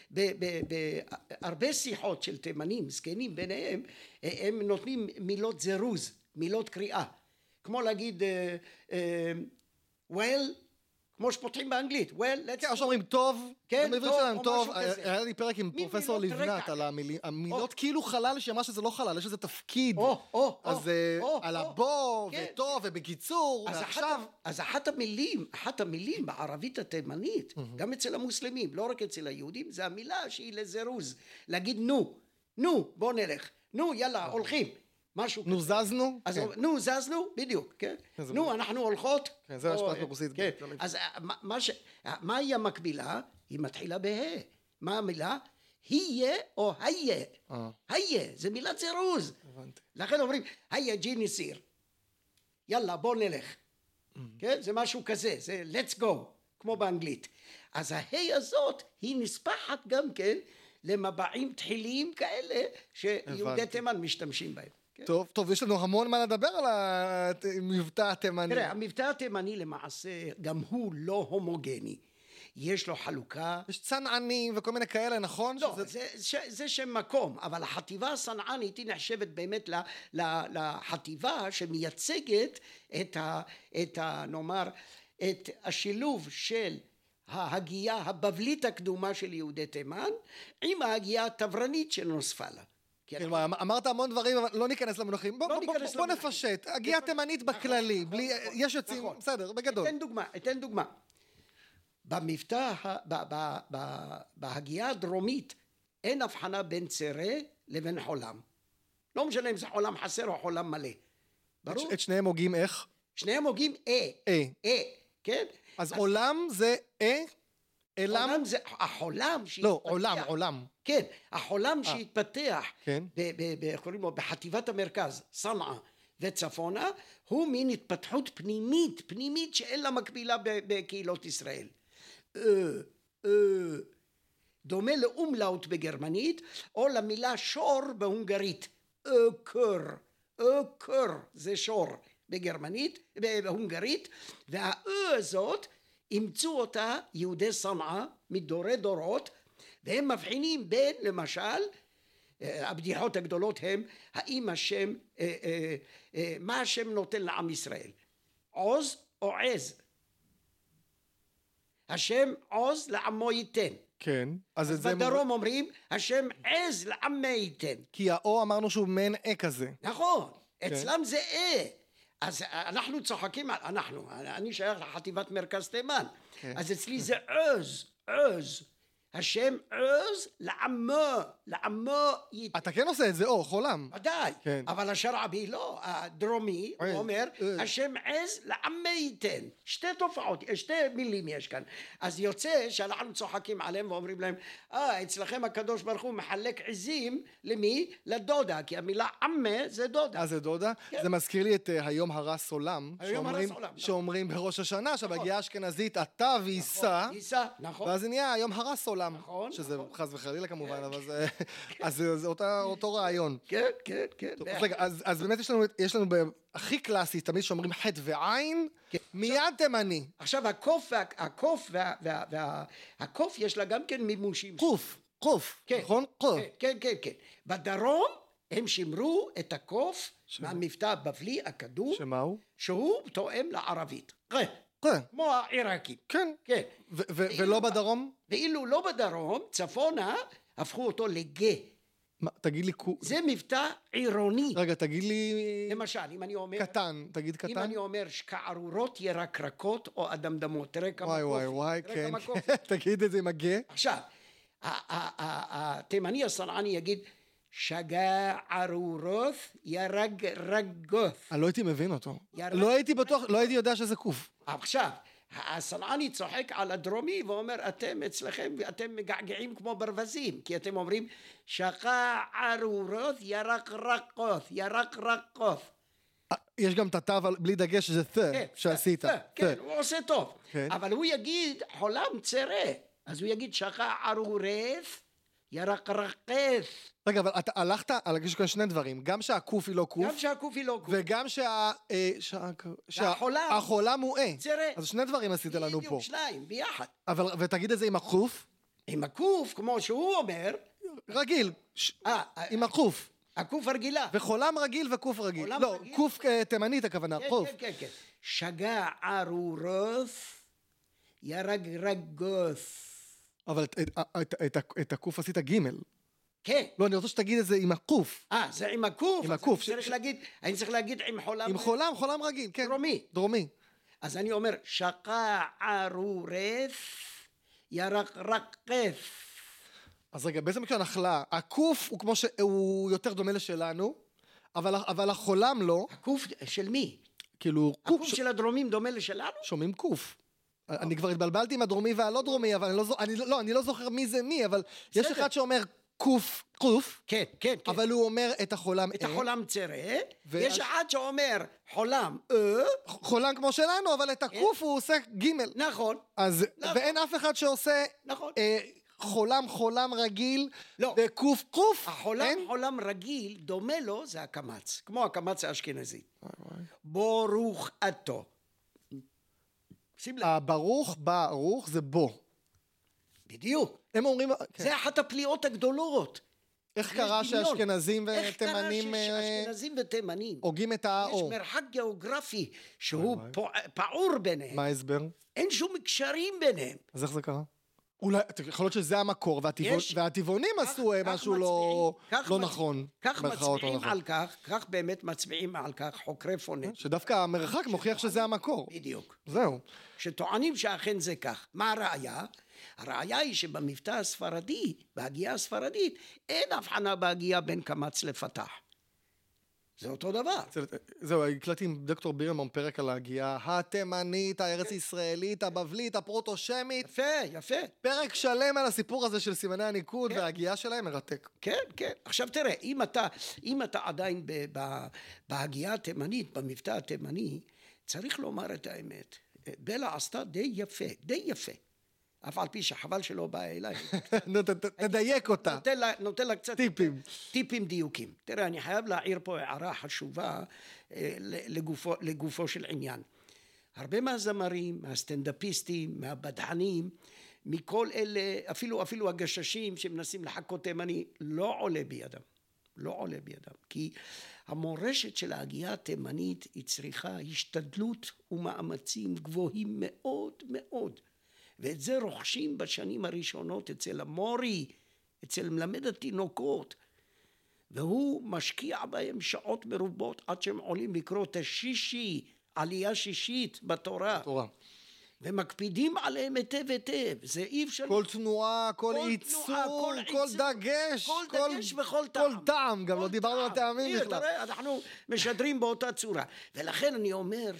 בהרבה שיחות של תימנים, זקנים ביניהם, הם נותנים מילות זירוז, מילות קריאה. כמו להגיד, well, כמו שפותחים באנגלית, well, let's... כן, או שאומרים טוב, כן, בעברית טוב, שלהם או טוב, משהו כזה. היה לי פרק עם מין פרופסור מילות לבנת רקע. על המילים, המילות או. כאילו חלל, שאמרה שזה לא חלל, יש איזה תפקיד, או, או, אז או, אה, או, על או. הבוא, כן, וטוב, ובקיצור, אז ועכשיו, אחת, אז אחת המילים, אחת המילים בערבית התימנית, גם אצל המוסלמים, לא רק אצל היהודים, זה המילה שהיא לזירוז, להגיד נו, נו, בוא נלך, נו, יאללה, הולכים. משהו נו, זזנו? אז כן. נו, זזנו, בדיוק, כן? זה נו, בדיוק. אנחנו הולכות. כן, זה או, המשפט ברוסית. כן, בכלל. אז אה, מה- מה ש- אה, מהי המקבילה? היא מתחילה בה'. מה המילה? היה או היה. אה. היה, זה מילת זירוז. הבנתי. לכן אומרים, היה ג'יני סיר. יאללה, בוא נלך. כן, זה משהו כזה, זה let's go, כמו באנגלית. אז ההי הזאת היא נספחת גם כן למבעים תחיליים כאלה שיהודי הבנתי. תימן משתמשים בהם. כן? טוב, טוב, יש לנו המון מה לדבר על המבטא התימני. תראה, המבטא התימני למעשה גם הוא לא הומוגני. יש לו חלוקה. יש צנענים וכל מיני כאלה, נכון? לא, שזה... זה, זה, זה שם מקום, אבל החטיבה הסנענית היא נחשבת באמת ל, ל, לחטיבה שמייצגת את ה, את ה, נאמר, את השילוב של ההגייה הבבלית הקדומה של יהודי תימן עם ההגייה התברנית שנוספה לה. כי כן, אנחנו- מה, אמרת המון דברים, אבל לא ניכנס למונחים. בוא, לא בוא, בוא, ניכנס בוא למונחים. נפשט. הגיעה תימנית בכללי, בלי... יש יוצאים, נכון. בסדר, בגדול. אתן דוגמה, אתן דוגמה. במבטא, ה- ב- ב- ב- בהגייה הדרומית אין הבחנה בין צרה לבין חולם. לא משנה אם זה חולם חסר או חולם מלא. ברור? את שניהם הוגים איך? שניהם הוגים אה. אה. אה, כן? אז עולם זה אה, אלם, עולם זה החולם שהתפתח. לא, עולם, עולם. כן, החולם שהתפתח, כן. ב- ב- ב- איך קוראים לו? בחטיבת המרכז, סנעה וצפונה, הוא מין התפתחות פנימית, פנימית שאין לה מקבילה ב- בקהילות ישראל. אה, אה, דומה לאומלאוט בגרמנית, או למילה שור בהונגרית. אוקר, אוקר, זה שור בגרמנית, בהונגרית, והאו הזאת, אימצו אותה יהודי סנעה מדורי דורות, והם מבחינים בין, למשל, הבדיחות הגדולות הם, האם השם, אה, אה, אה, מה השם נותן לעם ישראל? עוז או עז? השם עוז לעמו ייתן. כן. אז את אז זה... בדרום אומרים, השם עז לעמי ייתן. כי האו אמרנו שהוא מעין אה כזה. נכון, אצלם זה אה. אז אנחנו צוחקים, על- אנחנו, אני שייך לחטיבת מרכז תימן, אז אצלי זה עוז, עוז. השם עוז לעמו, לעמו ייתן. אתה כן עושה את זה, או, חולם. ודאי, כן. אבל השרעבי לא, הדרומי, הוא עז, אומר, עז. השם עז לעמי ייתן. שתי תופעות, שתי מילים יש כאן. אז יוצא שאנחנו צוחקים עליהם ואומרים להם, אה, אצלכם הקדוש ברוך הוא מחלק עזים, למי? לדודה, כי המילה עמה זה דודה. אז זה דודה. זה מזכיר לי את אה, היום הרס עולם. היום הרס שאומרים- עולם, נכון. שאומרים בראש השנה, שבהגיעה האשכנזית אתה ויישא. יישא, נכון. ואז זה נהיה היום הרס עולם. נכון, שזה נכון. חס וחלילה כמובן, אבל זה... אז זה זה אותה- אותו רעיון. כן, כן, כן. טוב, אז רגע, אז אז באמת יש לנו, יש לנו ב- הכי קלאסי, תמיד שאומרים חטא ועין, כן. מיד תימני. עכשיו הקוף, וה- הקוף, וה- וה- וה- הקוף יש לה גם כן מימושים. קוף, קוף, כן, נכון? קוף. כן, כן, כן, כן. בדרום הם שימרו את הקוף מהמבטא הבבלי הקדום, שמה הוא? שהוא תואם לערבית. רה, כן, כמו העיראקים. כן. כן. ו- ו- ולא בדרום? ואילו לא בדרום, צפונה, הפכו אותו לגה. מה, תגיד לי קוף. זה מבטא עירוני. רגע, תגיד לי... למשל, אם אני אומר... קטן, תגיד אם קטן. אני אומר שקערורות ירקרקות או אדמדמות, תראה כמה וואי וואי קופי, וואי, תראה כן. כמה קופי. תגיד את זה עם הגה. עכשיו, ה- ה- ה- התימני הסנעני יגיד שגע ערורות ירגרגות. אני לא הייתי מבין אותו. ירד. לא הייתי בטוח, לא הייתי יודע שזה קוף. עכשיו, הסנעני צוחק על הדרומי ואומר אתם אצלכם אתם מגעגעים כמו ברווזים, כי אתם אומרים שגע ערורות ירקרקות, ירקרקות. יש גם את התו על- בלי דגש שזה ת כן, שעשית. כן, כן, ת. הוא עושה טוב. כן. אבל הוא יגיד חולם צרה, אז הוא יגיד שגע ערורף ירקרקת. רגע, אבל אתה הלכת, על- יש כאן שני דברים. גם שהקוף היא לא קוף, גם שהקוף היא לא קוף. וגם שה... אה, שה- שה- והחולם. החולם הוא אה. צרה. אז שני דברים עשית לנו פה. בדיוק, שניים, ביחד. אבל, ותגיד את זה עם הקוף, עם הקוף, כמו שהוא אומר, רגיל, ש- אה, עם הקוף. הקוף הרגילה. וחולם רגיל וקוף רגיל. חולם לא, רגיל. קוף אה, תימנית הכוונה, כן, קוף. כן, כן, כן. שגע ערורוס ירגרגוס. אבל את- את- את- את- את הקוף עשית גימל. כן. לא, אני רוצה שתגיד את זה עם הקוף. אה, זה עם הקוף. עם אז הקוף. אני צריך ש- להגיד, אני צריך להגיד עם חולם. עם חולם, חולם רגיל, כן. דרומי. דרומי. אז אני אומר, שקע ערורף ירקרקף. אז רגע, בעצם כשהנחלה, הקוף הוא כמו שהוא יותר דומה לשלנו, אבל, אבל החולם לא, הקוף של מי? כאילו, הקוף קוף, של הדרומים דומה לשלנו? שומעים קוף. אני כבר התבלבלתי עם הדרומי והלא דרומי, אבל אני לא, אני, לא, אני לא זוכר מי זה מי, אבל יש בסדר. אחד שאומר קוף, קוף, כן, כן, כן. אבל הוא אומר את החולם את אה. החולם צרה, ואז- יש אחד שאומר חולם אה, חולם כמו שלנו, אבל את הקוף הוא עושה גימל. נכון, אז, נכון. ואין אף אחד שעושה נכון. אה, חולם חולם רגיל, לא. וקוף קוף. החולם אין? חולם רגיל, דומה לו, זה הקמץ, כמו הקמץ האשכנזי. ברוך אתו. שים לב, הברוך, ברוך, זה בו. בדיוק. הם אומרים, כן. זה אחת הפליאות הגדולות. איך יש קרה דמיון. שאשכנזים איך קרה ותימנים אה, שאשכנזים ותימנים? הוגים את יש האור? מרחק גיאוגרפי שהוא וואי. פוע- פעור ביניהם. מה ההסבר? אין שום קשרים ביניהם. אז איך זה קרה? אולי, יכול להיות שזה המקור, והטבעון- יש- והטבעונים כך- עשו אה, כך משהו לא מצביעים- כך לא מצ- נכון. כך במרכאות לא מצביעים נכון. על כך, כך באמת מצביעים על כך חוקרי פונט. שדווקא המרחק מוכיח שזה המקור. בדיוק. זהו. שטוענים שאכן זה כך. מה הראיה? הראיה היא שבמבטא הספרדי, בהגייה הספרדית, אין הבחנה בהגייה בין קמץ לפתח. זה אותו דבר. זהו, הקלטתי עם דוקטור בירמון פרק על ההגייה התימנית, הארץ ישראלית, הבבלית, הפרוטו-שמית. יפה, יפה. פרק שלם על הסיפור הזה של סימני הניקוד כן. וההגייה שלהם מרתק. כן, כן. עכשיו תראה, אם אתה, אם אתה עדיין ב, ב, בהגייה התימנית, במבטא התימני, צריך לומר את האמת. בלה עשתה די יפה, די יפה. אף על פי שחבל שלא באה אליי. נו, ת- ת- תדייק אותה. נותן לה, נותן לה קצת טיפים. טיפים דיוקים. תראה, אני חייב להעיר פה הערה חשובה אה, לגופו, לגופו של עניין. הרבה מהזמרים, מהסטנדאפיסטים, מהבדחנים, מכל אלה, אפילו, אפילו הגששים שמנסים לחכות תימני, לא עולה בידם. לא עולה בידם. כי המורשת של ההגייה התימנית היא צריכה השתדלות ומאמצים גבוהים מאוד מאוד. ואת זה רוכשים בשנים הראשונות אצל המורי, אצל מלמד התינוקות, והוא משקיע בהם שעות מרובות עד שהם עולים לקרוא את השישי, עלייה שישית בתורה, תורה. ומקפידים עליהם היטב היטב. זה אי אפשר... כל תנועה, כל כל עיצור, תנועה, כל כל עיצור, דגש. כל דגש וכל כל טעם. טעם, גם כל לא דיברנו על טעם. טעמים הנה, בכלל. תראה, אנחנו משדרים באותה צורה. ולכן אני אומר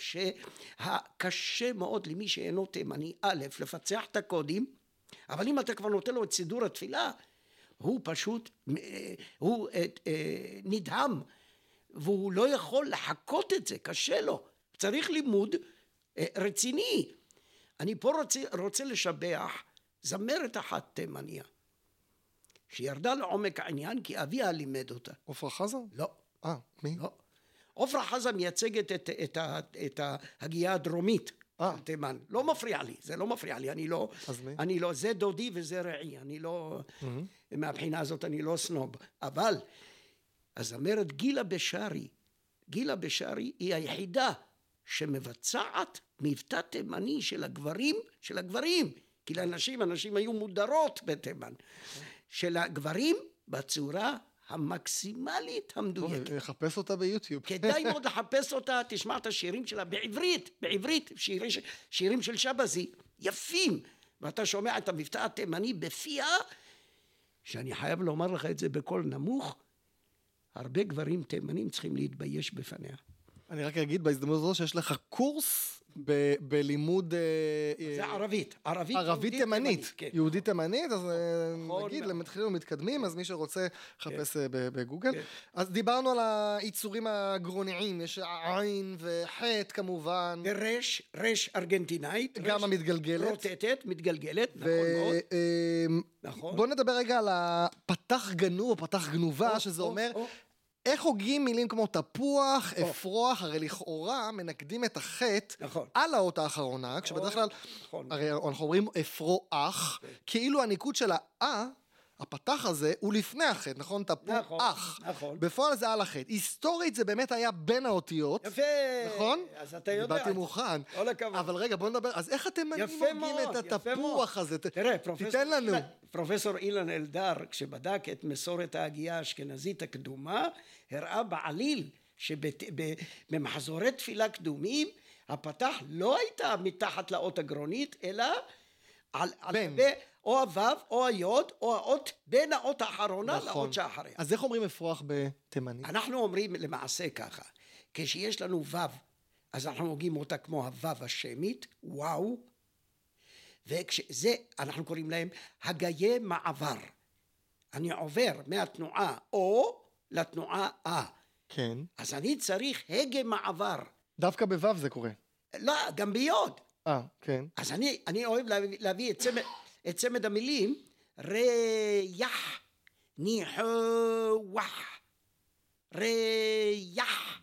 שקשה מאוד למי שאינו תימני, א', לפצח את הקודים, אבל אם אתה כבר נותן לו את סידור התפילה, הוא פשוט, אה, הוא אה, אה, נדהם, והוא לא יכול לחכות את זה, קשה לו. צריך לימוד אה, רציני. אני פה רוצה, רוצה לשבח זמרת אחת תימניה, שירדה לעומק העניין כי אביה לימד אותה. עופרה חזה? לא, אה, מי? לא. עופרה חזה מייצגת את, את, את, את ההגייה הדרומית אה. של תימן. לא מפריע לי, זה לא מפריע לי, אני לא... אז מי? אני לא, זה דודי וזה רעי, אני לא... מהבחינה הזאת אני לא סנוב. אבל הזמרת גילה בשארי, גילה בשארי היא היחידה שמבצעת מבטא תימני של הגברים, של הגברים, כי לאנשים, אנשים היו מודרות בתימן, של הגברים בצורה המקסימלית המדויקת. לחפש אותה ביוטיוב. כדאי מאוד לחפש אותה, תשמע את השירים שלה בעברית, בעברית, שירים, שירים של שבזי, יפים, ואתה שומע את המבטא התימני בפיה, שאני חייב לומר לך את זה בקול נמוך, הרבה גברים תימנים צריכים להתבייש בפניה. אני רק אגיד בהזדמנות הזו שיש לך קורס ב- בלימוד אה, זה אה, ערבית, ערבית, ערבית יהודית תימנית, כן. יהודית תימנית, אז אה, נכון נגיד מאוד. למתחילים ומתקדמים, אז מי שרוצה חפש אה, ב- בגוגל. כן. אז דיברנו על היצורים הגרוניים, יש עין וחטא כמובן, רש, רש ארגנטינאית, גם רש המתגלגלת. רוטטת, מתגלגלת, נכון ו- מאוד, אה, נכון. בוא נדבר רגע על הפתח גנוב או פתח גנובה, או, שזה או, אומר או. איך הוגים מילים כמו תפוח, או. אפרוח, הרי לכאורה מנקדים את החטא נכון. על האות האחרונה, כשבדרך כלל, נכון. הרי אנחנו אומרים אפרוח, כאילו הניקוד של האה, הפתח הזה, הוא לפני החטא, נכון? נכון, תפוח. נכון. בפועל זה על החטא. היסטורית זה באמת היה בין האותיות. יפה, נכון? אז אתה יודע, באתי מוכן. כל הכבוד. אבל רגע, בוא נדבר, אז איך אתם יפה הוגים מאוד, את יפה התפוח מאוד. הזה? ת- תראה, פרופסור תיתן לנו. אילן- פרופסור אילן אלדר, כשבדק את מסורת ההגייה האשכנזית הקדומה, הראה בעליל שבמחזורי תפילה קדומים, הפתח לא הייתה מתחת לאות הגרונית, אלא על, על, בין. גבי, או הוו, או היוד, או האות בין האות האחרונה נכון. לאות שאחריה. אז איך אומרים אפרוח בתימנית? אנחנו אומרים למעשה ככה, כשיש לנו וו, אז אנחנו הוגים אותה כמו הוו השמית, וואו, וכשזה, אנחנו קוראים להם הגיי מעבר. אני עובר מהתנועה או לתנועה אה. כן. אז אני צריך הגה מעבר. דווקא בוו זה קורה. לא, גם ביוד. אה, כן. אז אני, אני אוהב להביא, להביא את, צמד, את צמד המילים, ריח, ניחוח, ריח,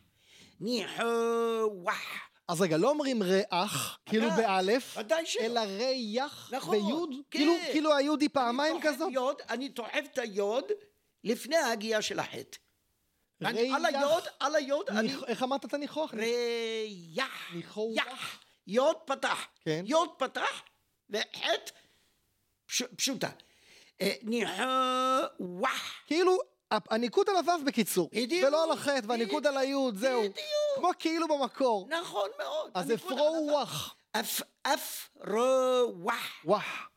ניחוח. אז רגע, לא אומרים ריח, כאילו באלף, ודאי שלא. אלא ריח נכון, ביוד? כן. כאילו, כאילו היוד היא פעמיים אני תוחב כזו? יוד, אני תוחב את היוד לפני ההגיעה של החטא. ואני ריח. על היוד, על היוד, אני... ניח- איך אמרת את הניחוח? ריח, ניחוח. יח, יוד פתח, כן. יוד פתח, וחטא פש, פשוטה. אה, ניחוח. כאילו, הניקוד על הוו בקיצור. בדיוק. ולא על החטא, והניקוד על היוד, זהו. בדיוק. כמו כאילו במקור. נכון מאוד. אז הניקוד על אפרוח. אף, אף, רוח, וואח.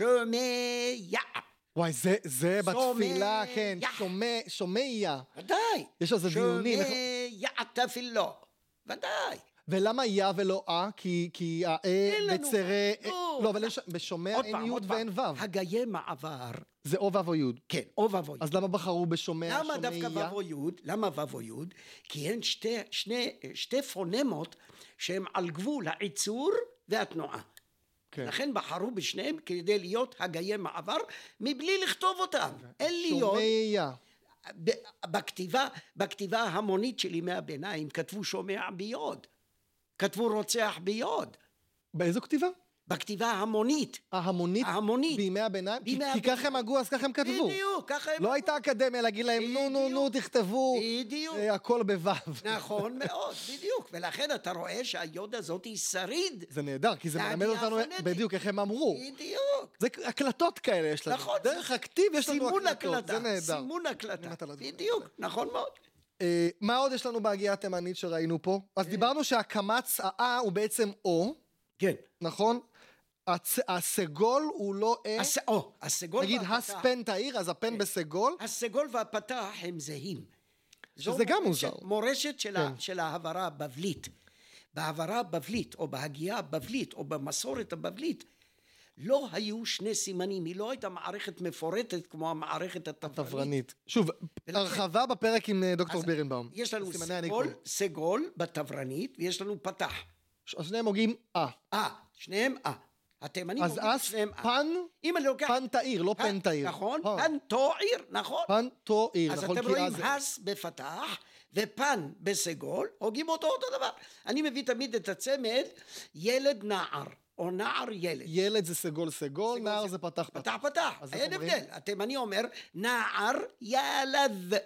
שומע. וואי, זה, זה בתפילה, שומע. כן, שומע, שומע. ודאי. יש על זה דיונים. שומע תפילו. ודאי. ולמה יא ולא אה? כי, כי האה לנו בצרה... מה. לא. לא, אבל יש, בשומע עוד אין פעם, יוד עוד פעם. ואין וו. הגיי מעבר. זה או וו או יוד. כן, או ואבוי. אז למה בחרו בשומע, למה שומע? דווקא וו או יוד? למה וו או יוד? כי הן שתי, שני, שתי פונמות שהן על גבול העיצור והתנועה. כן. לכן בחרו בשניהם כדי להיות הגיי מעבר מבלי לכתוב אותם. אין להיות. שומע. ב- בכתיבה, בכתיבה ההמונית של ימי הביניים כתבו שומע ביוד. כתבו רוצח ביוד. באיזו כתיבה? בכתיבה ההמונית. ההמונית? ההמונית. בימי הביניים? בימי כי, כי הביניים. ככה הם הגו, אז ככה הם כתבו. בדיוק, ככה הם... לא הייתה אקדמיה להגיד להם, נו, נו, נו, בדיוק. תכתבו בדיוק. אה, הכל בוו. נכון מאוד, בדיוק. ולכן אתה רואה שהיוד הזאת היא שריד. זה נהדר, כי זה זה מלמד הגייה אותנו הפונטית. בדיוק איך הם אמרו. בדיוק. זה הקלטות כאלה יש לנו. נכון. דרך הכתיב יש לנו סימון הקלטות, הקלטה. זה נהדר. סימון הקלטה. מת על הדברים בדיוק, נכון מאוד. אה, מה עוד יש לנו בהגייה התימנית שראינו פה? אז דיברנו שהקמץ האה הוא בעצם או, כן. נכון? הצ... הסגול הוא לא אה, הס- או, הסגול נגיד והפתח. הספן תאיר, אז הפן בסגול, הסגול והפתח הם זהים. זו שזה גם מורשת- מוזר. מורשת של, ה, כן. של ההברה הבבלית. בהברה הבבלית, או בהגייה הבבלית, או במסורת הבבלית, לא היו שני סימנים. היא לא הייתה מערכת מפורטת כמו המערכת התברנית. תברנית. שוב, ולכן- הרחבה בפרק עם אה, דוקטור אז בירנבאום. יש לנו סימני סגול, הניקוד. סגול בתברנית, ויש לנו פתח. ש- אז שניהם הוגים אה. אה, שניהם אה. התימנים אז אומרים אס, שניהם אה. פן, אם אני לוקח... פן תאיר, לא פן תאיר. נכון, פן. פן תואיר, נכון. פן תאיר, אז נכון? אתם כי רואים אז- הס בפתח ופן בסגול, הוגים אותו אותו דבר. אני מביא תמיד את הצמד ילד נער, או נער ילד. ילד זה סגול סגול, נער זה- זה פתח פתח. פתח פתח, אז איך אין אומרים? הבדל. התימני אומר נער ילד,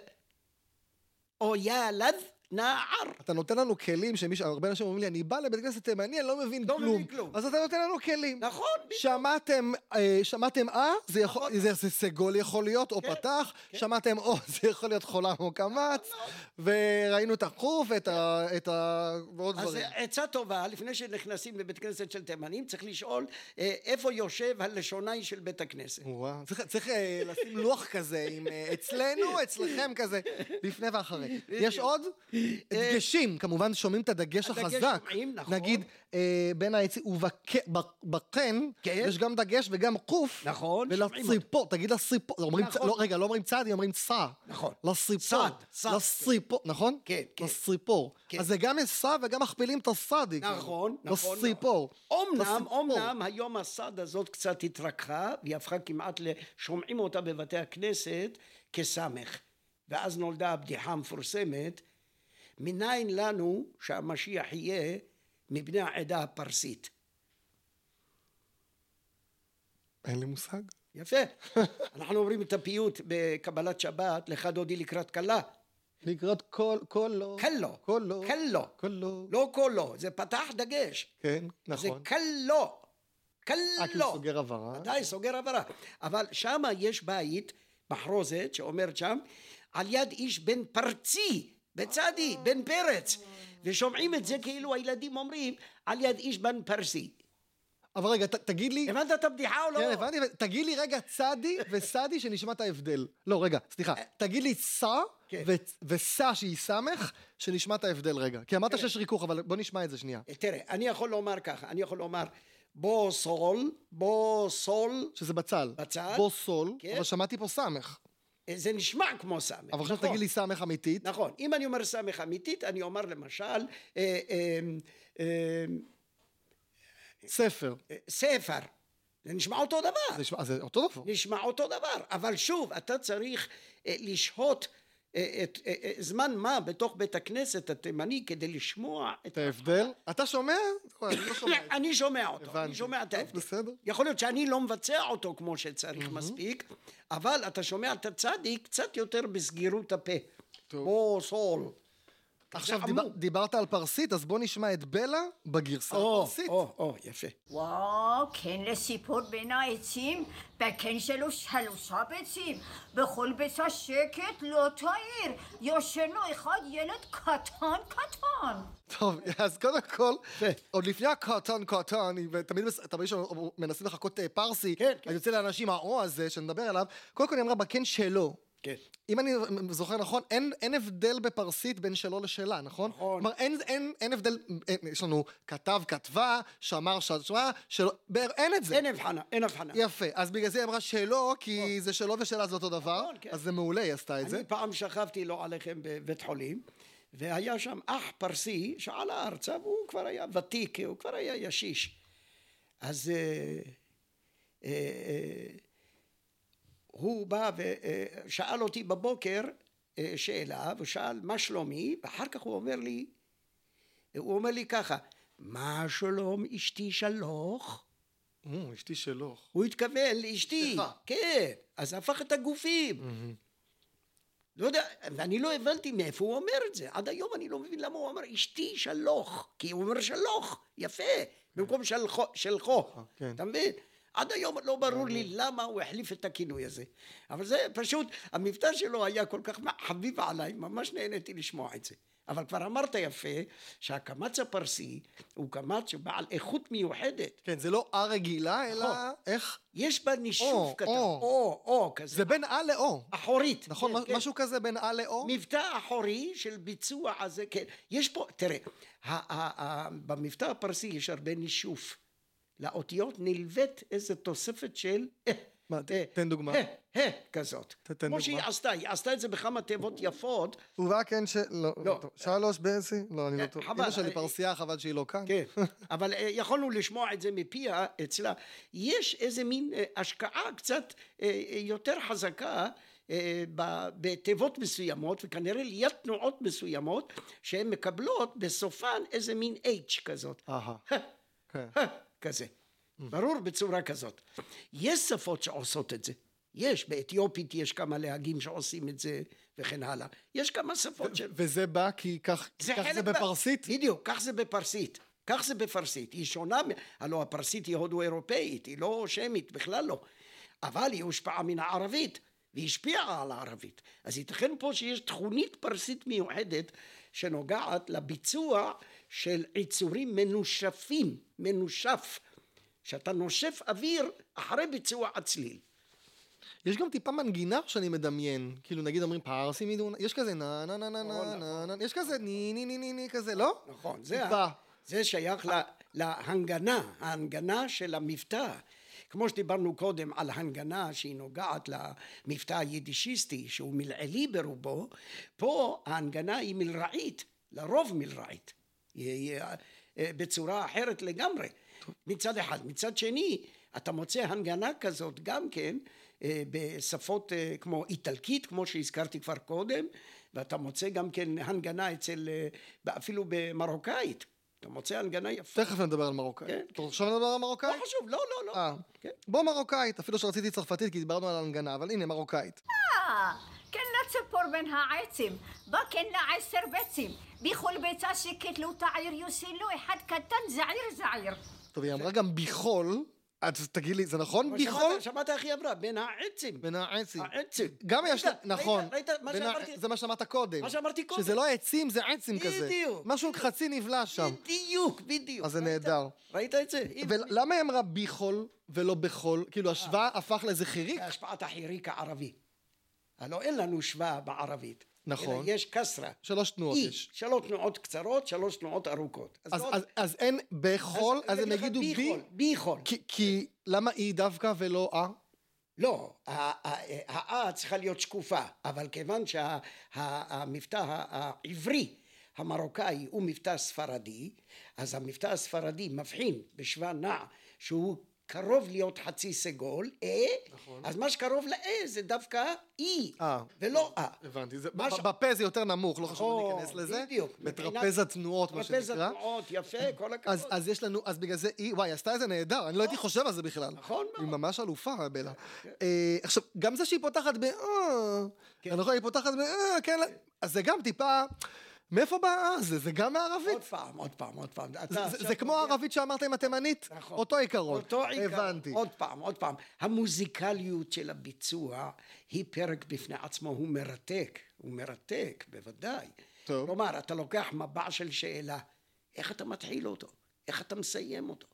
או ילד נער. אתה נותן לנו כלים שמישהו, הרבה אנשים אומרים לי, אני בא לבית כנסת תימני, אני לא מבין לא כלום. מבין כלום. אז אתה נותן לנו כלים. נכון, בדיוק. שמעתם, אה, שמעתם אה, זה יכול, נכון. זה, זה סגול יכול להיות, או כן, פתח, שמעתם או, זה יכול להיות חולם או קמץ, וראינו את החוף, את ה... את ה... ועוד אז דברים. עצה טובה, לפני שנכנסים לבית כנסת של תימנים, צריך לשאול אה, איפה יושב הלשונאי של בית הכנסת. וואו, צריך, צריך אה, לשים לוח כזה, עם אה, אצלנו, אצלכם כזה, לפני ואחרי. יש עוד? דגשים, כמובן שומעים את הדגש הדגש החזק. שומעים, נכון. נגיד, אה, בין העצים, ובקן, כן. יש גם דגש וגם קוף. נכון, שומעים ולציפור, תגיד לציפור, אומרים, נכון. לא, רגע, לא אומרים צד, אומרים צע. נכון. לציפור. צד, צד. לציפור, נכון? כן, כן. לציפור. כן. אז זה גם יש צע וגם מכפילים את הסדי. נכון, נכון. לציפור. אמנם, לציפור. אמנם היום הסד הזאת קצת התרככה, והיא הפכה כמעט, שומעים אותה בבתי הכנסת כסמך. ואז נולדה הבדיחה המפורסמת, מניין לנו שהמשיח יהיה מבני העדה הפרסית. אין לי מושג. יפה. אנחנו אומרים את הפיוט בקבלת שבת, לך דודי לקראת כלה. לקראת כל, קולו. כלו. קולו. כלו. קולו. לא קולו, זה פתח דגש. כן, זה נכון. כלו. כלו. אה, כאילו סוגר הברה. ודאי, סוגר הברה. אבל שם יש בית, מחרוזת, שאומרת שם, על יד איש בן פרצי, בצדי, בן פרץ. ושומעים את זה כאילו הילדים אומרים, על יד איש בן פרסי. אבל רגע, ת, תגיד לי... הבנת את הבדיחה או לא? כן, הבנתי, תגיד לי רגע צדי וסדי שנשמע את ההבדל. לא, רגע, סליחה. תגיד לי סה כן. ו- וסה שהיא סמך, שנשמע את ההבדל רגע. כי אמרת שיש ריכוך, אבל בוא נשמע את זה שנייה. תראה, אני יכול לומר ככה, אני יכול לומר בו סול, בו סול, שזה בצל. בצל. בו סול, כן. אבל שמעתי פה סמך. זה נשמע כמו סמך. אבל עכשיו תגיד לי סמך אמיתית. נכון, אם אני אומר סמך אמיתית, אני אומר למשל, אה, אה, אה, ספר. אה, ספר. זה נשמע אותו דבר. זה נשמע, זה אותו דבר. נשמע אותו דבר, אבל שוב, אתה צריך אה, לשהות אה, את אה, אה, זמן מה בתוך בית הכנסת התימני כדי לשמוע את את ההבדל. אתה שומע? אני לא שומע את זה. אני שומע אותו, הבנתי. אני שומע את ההבדל. בסדר. יכול להיות שאני לא מבצע אותו כמו שצריך מספיק, אבל אתה שומע את הצדיק קצת יותר בסגירות הפה. טוב. בו סול. עכשיו זה דיבר, עמוק. דיברת על פרסית, אז בוא נשמע את בלה בגרסה או, הפרסית. או, או, יפה. וואו, כן לסיפור בין העצים, בכן שלו שלושה ביצים, בכל ביצה שקט לא תעיר, יושן לו אחד ילד קטן קטן. טוב, אז קודם כל, יפה. עוד לפני הקטן קטן, ותמיד מס- תמיד כשאנחנו מנסים לחכות אה, פרסי, כן, כן. אז יוצא לאנשים האו הזה שנדבר עליו, קודם כל היא אמרה בכן שלו. כן. אם אני זוכר נכון, אין, אין הבדל בפרסית בין שלו לשלה, נכון? נכון. כלומר, אין, אין, אין הבדל, אין, יש לנו כתב, כתבה, שמר, שמע, שלו, באר, אין את זה. אין הבחנה, אין הבחנה. יפה, אז בגלל זה היא אמרה שלו, כי זה שלו ושלה זה אותו דבר, נכון, כן. אז זה מעולה, היא עשתה את זה. אני פעם שכבתי לו עליכם בבית חולים, והיה שם אח פרסי שעלה ארצה, והוא כבר היה ותיק, הוא כבר היה ישיש. אז אה, אה, אה, הוא בא ושאל אותי בבוקר אה, שאלה, ושאל מה שלומי, ואחר כך הוא אומר לי, הוא אומר לי ככה, מה שלום אשתי שלוך? או, אשתי שלו. הוא התכוון לאשתי, סליחה. כן, אז הפך את הגופים. לא יודע, ואני לא הבנתי מאיפה הוא אומר את זה, עד היום אני לא מבין למה הוא אומר אשתי שלוך, כי הוא אומר שלוך, יפה, במקום שלחו, שלחו, כן. אתה מבין? עד היום לא ברור לי למה הוא החליף את הכינוי הזה, אבל זה פשוט, המבטא שלו היה כל כך חביב עליי, ממש נהניתי לשמוע את זה. אבל כבר אמרת יפה שהקמץ הפרסי הוא קמץ שבעל איכות מיוחדת. כן, זה לא אה רגילה, אלא נכון. איך? יש בה נישוף או, קטן, או. או, או כזה. זה בין אה לאו. אחורית. נכון, כן, כן. משהו כזה בין אה לאו? מבטא אחורי של ביצוע הזה, כן. יש פה, תראה, ה- ה- ה- במבטא הפרסי יש הרבה נישוף. לאותיות נלווית איזו תוספת של... מה, ת- תן דוגמה. ה, ה, כזאת. תתן כמו דוגמה. שהיא עשתה, היא עשתה את זה בכמה תיבות יפות. ובה כן ש... לא, לא. טוב. שלוש באיזי? לא, אני לא טוב. חבל. אמא שלי פרסייה, חבל שהיא לא כאן. כן, אבל אה, יכולנו לשמוע את זה מפיה אצלה. יש איזה מין אה, השקעה קצת אה, אה, יותר חזקה אה, ב- בתיבות מסוימות, וכנראה ליד תנועות מסוימות, שהן מקבלות בסופן איזה מין H כזאת. אהה. כן. כזה. ברור בצורה כזאת. יש שפות שעושות את זה. יש, באתיופית יש כמה להגים שעושים את זה וכן הלאה. יש כמה שפות של... וזה בא כי כך כי כך זה חלק בפרסית? מה... בדיוק, כך זה בפרסית. כך זה בפרסית. היא שונה, מ- הלוא הפרסית היא הודו-אירופאית, היא לא שמית, בכלל לא. אבל היא הושפעה מן הערבית, והיא השפיעה על הערבית. אז ייתכן פה שיש תכונית פרסית מיוחדת שנוגעת לביצוע של עיצורים מנושפים, מנושף, שאתה נושף אוויר אחרי ביצוע הצליל. יש גם טיפה מנגינה שאני מדמיין, כאילו נגיד אומרים פרסי מידון, יש כזה נה נה נה נה נה נה נה, יש כזה ני ני ני ני ני כזה, לא? נכון, זה, טיפה. ה- זה שייך לה, להנגנה, ההנגנה של המבטא. כמו שדיברנו קודם על הנגנה שהיא נוגעת למבטא היידישיסטי שהוא מלעילי ברובו, פה ההנגנה היא מלרעית, לרוב מלרעית, היא, היא, אה, בצורה אחרת לגמרי. מצד אחד. מצד שני, אתה מוצא הנגנה כזאת גם כן אה, בשפות אה, כמו איטלקית, כמו שהזכרתי כבר קודם, ואתה מוצא גם כן הנגנה אצל, אה, אפילו במרוקאית. אתה מוצא הנגנה יפה. תכף נדבר על מרוקאית. כן. אתה עכשיו נדבר על לא מרוקאית? חשוב, לא, לא, לא. אה. כן. בוא מרוקאית, אפילו שרציתי צרפתית כי דיברנו על הנגנה, אבל הנה מרוקאית. אה, כן לציפור בין העצים, בא כן לעשר ביצים, בכל ביצה שקט לא תעיר יוסילו אחד קטן זעיר זעיר. טוב, היא אמרה גם ביכול, אז תגיד לי, זה נכון? אבל ביחול? שמעת- שמעת איך היא אמרה? בין העצים. בין העצים. העצים. גם יש, ראית- נכון. ראית- ראית מה בין ה- שאמרתי? זה מה שאמרת קודם. מה שאמרתי קודם. שזה לא עצים, זה עצים כזה. בדיוק. משהו חצי נבלע שם. בדיוק, בדיוק. אז זה ראית? נהדר. ראית את זה? ולמה היא אמרה ביחול ולא בחול? כאילו השוואה הפך לאיזה חיריק? זה השפעת החיריק הערבי. הלוא אין לנו שוואה בערבית. נכון. אלא יש כסרה. שלוש תנועות אי, יש. שלוש תנועות קצרות, שלוש תנועות ארוכות. אז, לא- אז, אז אין בחול, אז הם לך יגידו בי? ביחול, ביחול. כי, כי למה אי דווקא ולא אה? לא, ה- ה- האה צריכה להיות שקופה, אבל כיוון שהמבטא העברי המרוקאי הוא מבטא ספרדי, אז המבטא הספרדי מבחין בשבא נע שהוא קרוב להיות חצי סגול, אה, נכון. אז מה שקרוב לאה זה דווקא אי, אה. ולא אה. הבנתי, זה, מה ש- בפה זה יותר נמוך, לא חשוב או, להיכנס לזה. בדיוק. בטרפז התנועות, מה טרפז שנקרא. התנועות, יפה, כל הכבוד. אז, אז יש לנו, אז בגלל זה היא, וואי, עשתה את זה נהדר, אני לא הייתי חושב על זה בכלל. נכון מאוד. היא ממש אלופה, בלה. אה, עכשיו, גם זה שהיא פותחת ב... אה, נכון, היא פותחת ב... אה, כן, אז זה גם טיפה... מאיפה באה זה? זה גם מערבית. עוד פעם, עוד פעם, עוד פעם. אתה זה- עכשיו זה כמו יודע- הערבית שאמרת עם התימנית? נכון. אותו עיקרון. אותו עיקרון. הבנתי. עוד פעם, עוד פעם. המוזיקליות של הביצוע היא פרק בפני עצמו, הוא מרתק. הוא מרתק, בוודאי. טוב. כלומר, אתה לוקח מבע של שאלה, איך אתה מתחיל אותו? איך אתה מסיים אותו?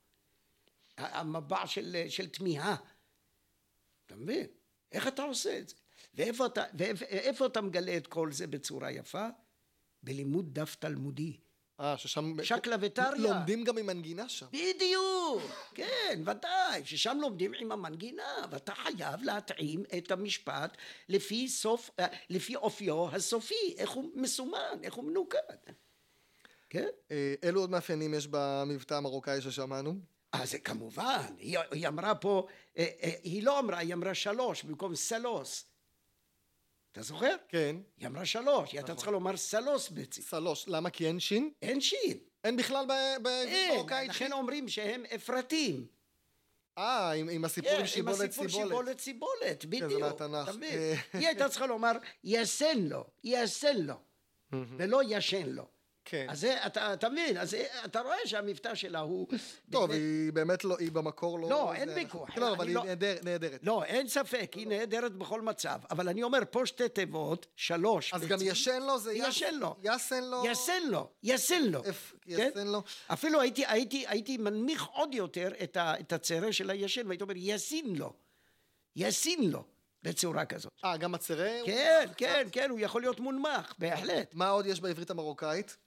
המבע של, של תמיהה. אתה מבין? איך אתה עושה את זה? ואיפה אתה, ואיפה, ואיפה אתה מגלה את כל זה בצורה יפה? בלימוד דף תלמודי. אה, ששם... שקלא וטריא. לומדים גם עם מנגינה שם. בדיוק, כן, ודאי, ששם לומדים עם המנגינה, ואתה חייב להתאים את המשפט לפי סוף, אה, לפי אופיו הסופי, איך הוא מסומן, איך הוא מנוקד. כן? אה, אילו עוד מאפיינים יש במבטא המרוקאי ששמענו? אז זה כמובן, היא, היא אמרה פה, אה, אה, היא לא אמרה, היא אמרה שלוש במקום סלוס. אתה זוכר? כן. היא אמרה שלוש, היא הייתה צריכה לומר סלוס בעצם. שלוש. למה? כי אין שין? אין שין. אין בכלל ב- אין, במרוקאית לכן שין? אומרים שהם אפרתים. אה, עם, עם הסיפור עם כן, עם שיבולת הסיפור סיבולת. שיבולת סיבולת, בדיוק. זה מהתנ"ך. אתה מבין? אה. היא הייתה צריכה לומר, יסן לו, יסן לו, ולא ישן לו. כן. אז זה, אתה, אתה מבין, אז אתה רואה שהמבטא שלה הוא... טוב, באמת- היא באמת לא, היא במקור לא... לא, זה- אין ויכוח. לא, אבל אני היא לא- נהדר- נהדרת. לא, אין ספק, היא נהדרת בכל מצב, אבל אני אומר, פה שתי תיבות, שלוש. אז גם בצי- ישן לו זה... יס- ישן לו. יסן לו... יסן לו, יסן לו. אפ- כן? יסן לו. אפילו הייתי, הייתי, הייתי מנמיך עוד יותר את, ה, את הצרה של הישן, והייתי אומר, יסין לו, יסין לו, בצורה כזאת. אה, גם הצרה? הוא- כן, כן, כן, הוא יכול להיות מונמך, בהחלט. מה עוד יש בעברית המרוקאית?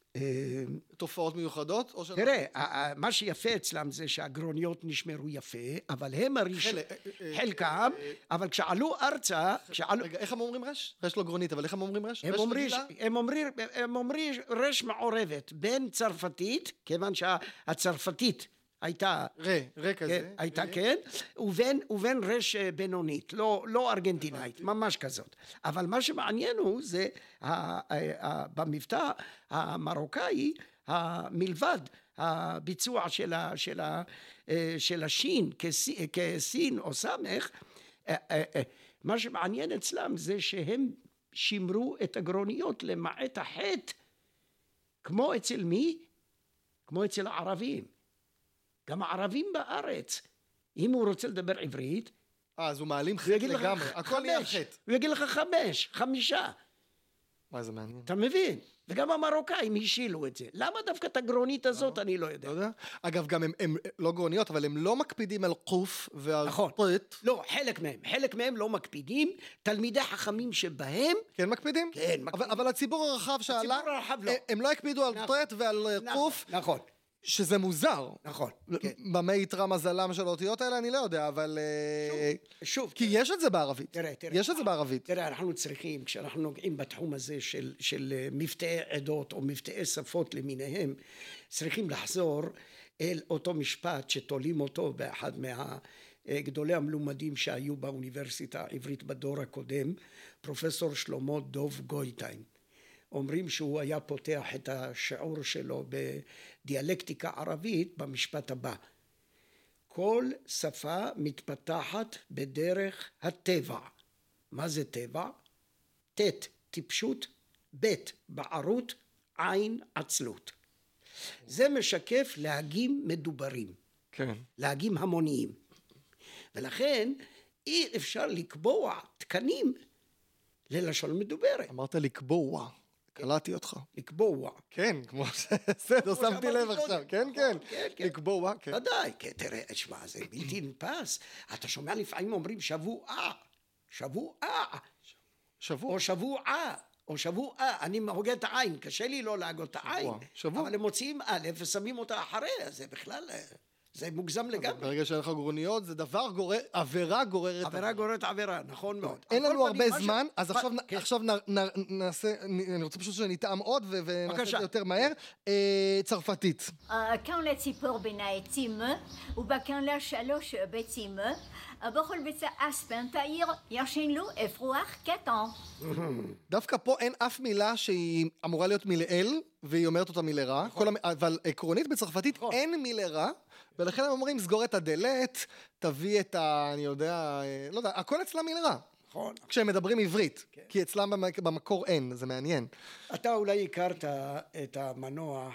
תופעות מיוחדות? או ש... תראה, ה- ה- מה שיפה אצלם זה שהגרוניות נשמרו יפה, אבל הם הראשונים, חלק, אה, אה, חלקם, אבל כשעלו ארצה, כשעלו... רגע, איך הם אומרים רש? רש לא גרונית, אבל איך הם אומרים רש? הם רש אומרים, רגילה? הם אומרים, הם אומרים רש מעורבת בין צרפתית, כיוון שהצרפתית הייתה, רה, רה כן, כזה. הייתה רה. כן, ובין, ובין רש אה, בינונית, לא, לא ארגנטינאית, ממש כזאת. אבל מה שמעניין הוא, זה ה- ה- ה- במבטא המרוקאי, מלבד הביצוע של, ה, של, ה, אה, של השין כסי- כסין או סמך, אה, אה, אה, מה שמעניין אצלם זה שהם שימרו את הגרוניות למעט החטא, כמו אצל מי? כמו אצל הערבים. גם הערבים בארץ, אם הוא רוצה לדבר עברית, אה, אז הוא מעלים הוא חטא יגיד לך לגמרי. הכל נהיה חמש, חטא. הוא יגיד לך חמש, חמישה, מה זה מעניין? אתה מבין? וגם המרוקאים השילו את זה. למה דווקא את הגרונית הזאת אני לא לא יודע. יודע. אגב, גם הם, הם לא גרוניות, אבל הם לא מקפידים על קוף ועל נכון. פרט. לא, חלק מהם, חלק מהם לא מקפידים, תלמידי חכמים שבהם, כן מקפידים? כן, אבל, מקפידים. אבל הציבור הרחב שעלה, הציבור הרחב לא. הם- הם לא הקפידו על נכון. פרט ועל אה, נכון, קוף, נכון, שזה מוזר. נכון, כן. במה יתרה מזלם של האותיות האלה, אני לא יודע, אבל... אה, שוב, כי יש את זה בערבית. תראה, תראה. יש את זה בערבית. תראה, אנחנו צריכים, כשאנחנו נוגעים בתחום הזה של, של אה, מבטאי עדות או מבטאי שפות למיניהם, צריכים לחזור אל אותו משפט שתולים אותו באחד מהגדולי המלומדים שהיו באוניברסיטה העברית בדור הקודם, פרופסור שלמה דוב גויטיין. אומרים שהוא היה פותח את השיעור שלו בדיאלקטיקה ערבית במשפט הבא: כל שפה מתפתחת בדרך הטבע. מה זה טבע? ת' טיפשות, ב' בערות, עין עצלות. זה משקף להגים מדוברים. כן. להגים המוניים. ולכן אי אפשר לקבוע תקנים ללשון מדוברת. אמרת לקבוע, קלטתי אותך. לקבוע. כן, כמו בסדר, שמתי לב עכשיו, כן, כן, לקבוע, כן. ודאי, תראה, תשמע, זה בלתי נתפס. אתה שומע לפעמים אומרים שבועה, שבועה, שבוע. או שבועה, או שבועה, אני הוגה את העין, קשה לי לא להגות את העין, שבוע. אבל הם מוציאים א' ושמים אותה אחרי, זה בכלל, זה מוגזם לגמרי. ברגע שאין לך גורניות, זה דבר גורר, עבירה גוררת. עבירה גוררת עבירה, נכון מאוד. אין לנו הרבה זמן, אז עכשיו נעשה, אני רוצה פשוט שנטעם עוד ונעשה את זה יותר מהר. צרפתית. כאן לציפור בין העצים, ובכאן לשלוש ביצים, בכל ביצה אספן תאיר ישן לו אפרוח קטן. דווקא פה אין אף מילה שהיא אמורה להיות מלעיל, והיא אומרת אותה מלרע, אבל עקרונית בצרפתית אין מלרע, ולכן הם אומרים, סגור את הדלת, תביא את ה... אני יודע, לא יודע, הכל אצלם מלרע. נכון. כשהם מדברים עברית, כי אצלם במקור אין, זה מעניין. אתה אולי הכרת את המנוח,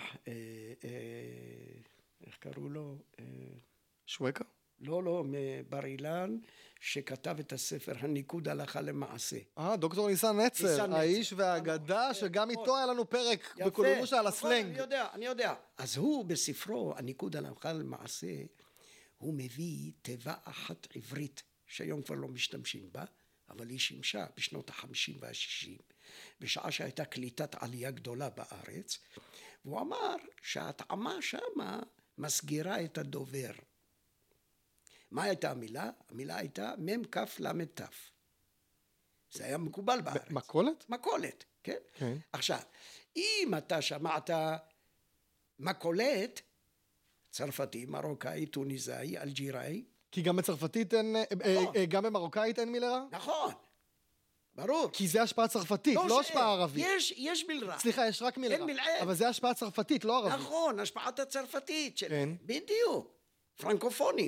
איך קראו לו? שווקה? לא, לא, מבר אילן, שכתב את הספר הניקוד הלכה למעשה. אה, דוקטור ניסן נצר, האיש והאגדה, שגם איתו היה לנו פרק בקולומושה על הסלנג. אני יודע, אני יודע. אז הוא בספרו, הניקוד הלכה למעשה, הוא מביא תיבה אחת עברית, שהיום כבר לא משתמשים בה, אבל היא שימשה בשנות החמישים והשישים, בשעה שהייתה קליטת עלייה גדולה בארץ, והוא אמר שההטעמה שמה מסגירה את הדובר. מה הייתה המילה? המילה הייתה מם כף למד תף. זה היה מקובל בארץ. מקולת? מקולת, כן? כן. עכשיו, אם אתה שמעת מקולת, צרפתי, מרוקאי, טוניסאי, אלג'יראי. כי גם בצרפתית אין, גם במרוקאית אין מלרע? נכון, ברור. כי זה השפעה צרפתית, לא השפעה ערבית. יש, יש מלרע. סליחה, יש רק מלרע. אין מלעיל. אבל זה השפעה צרפתית, לא ערבית. נכון, השפעת הצרפתית. כן. בדיוק. פרנקופונים.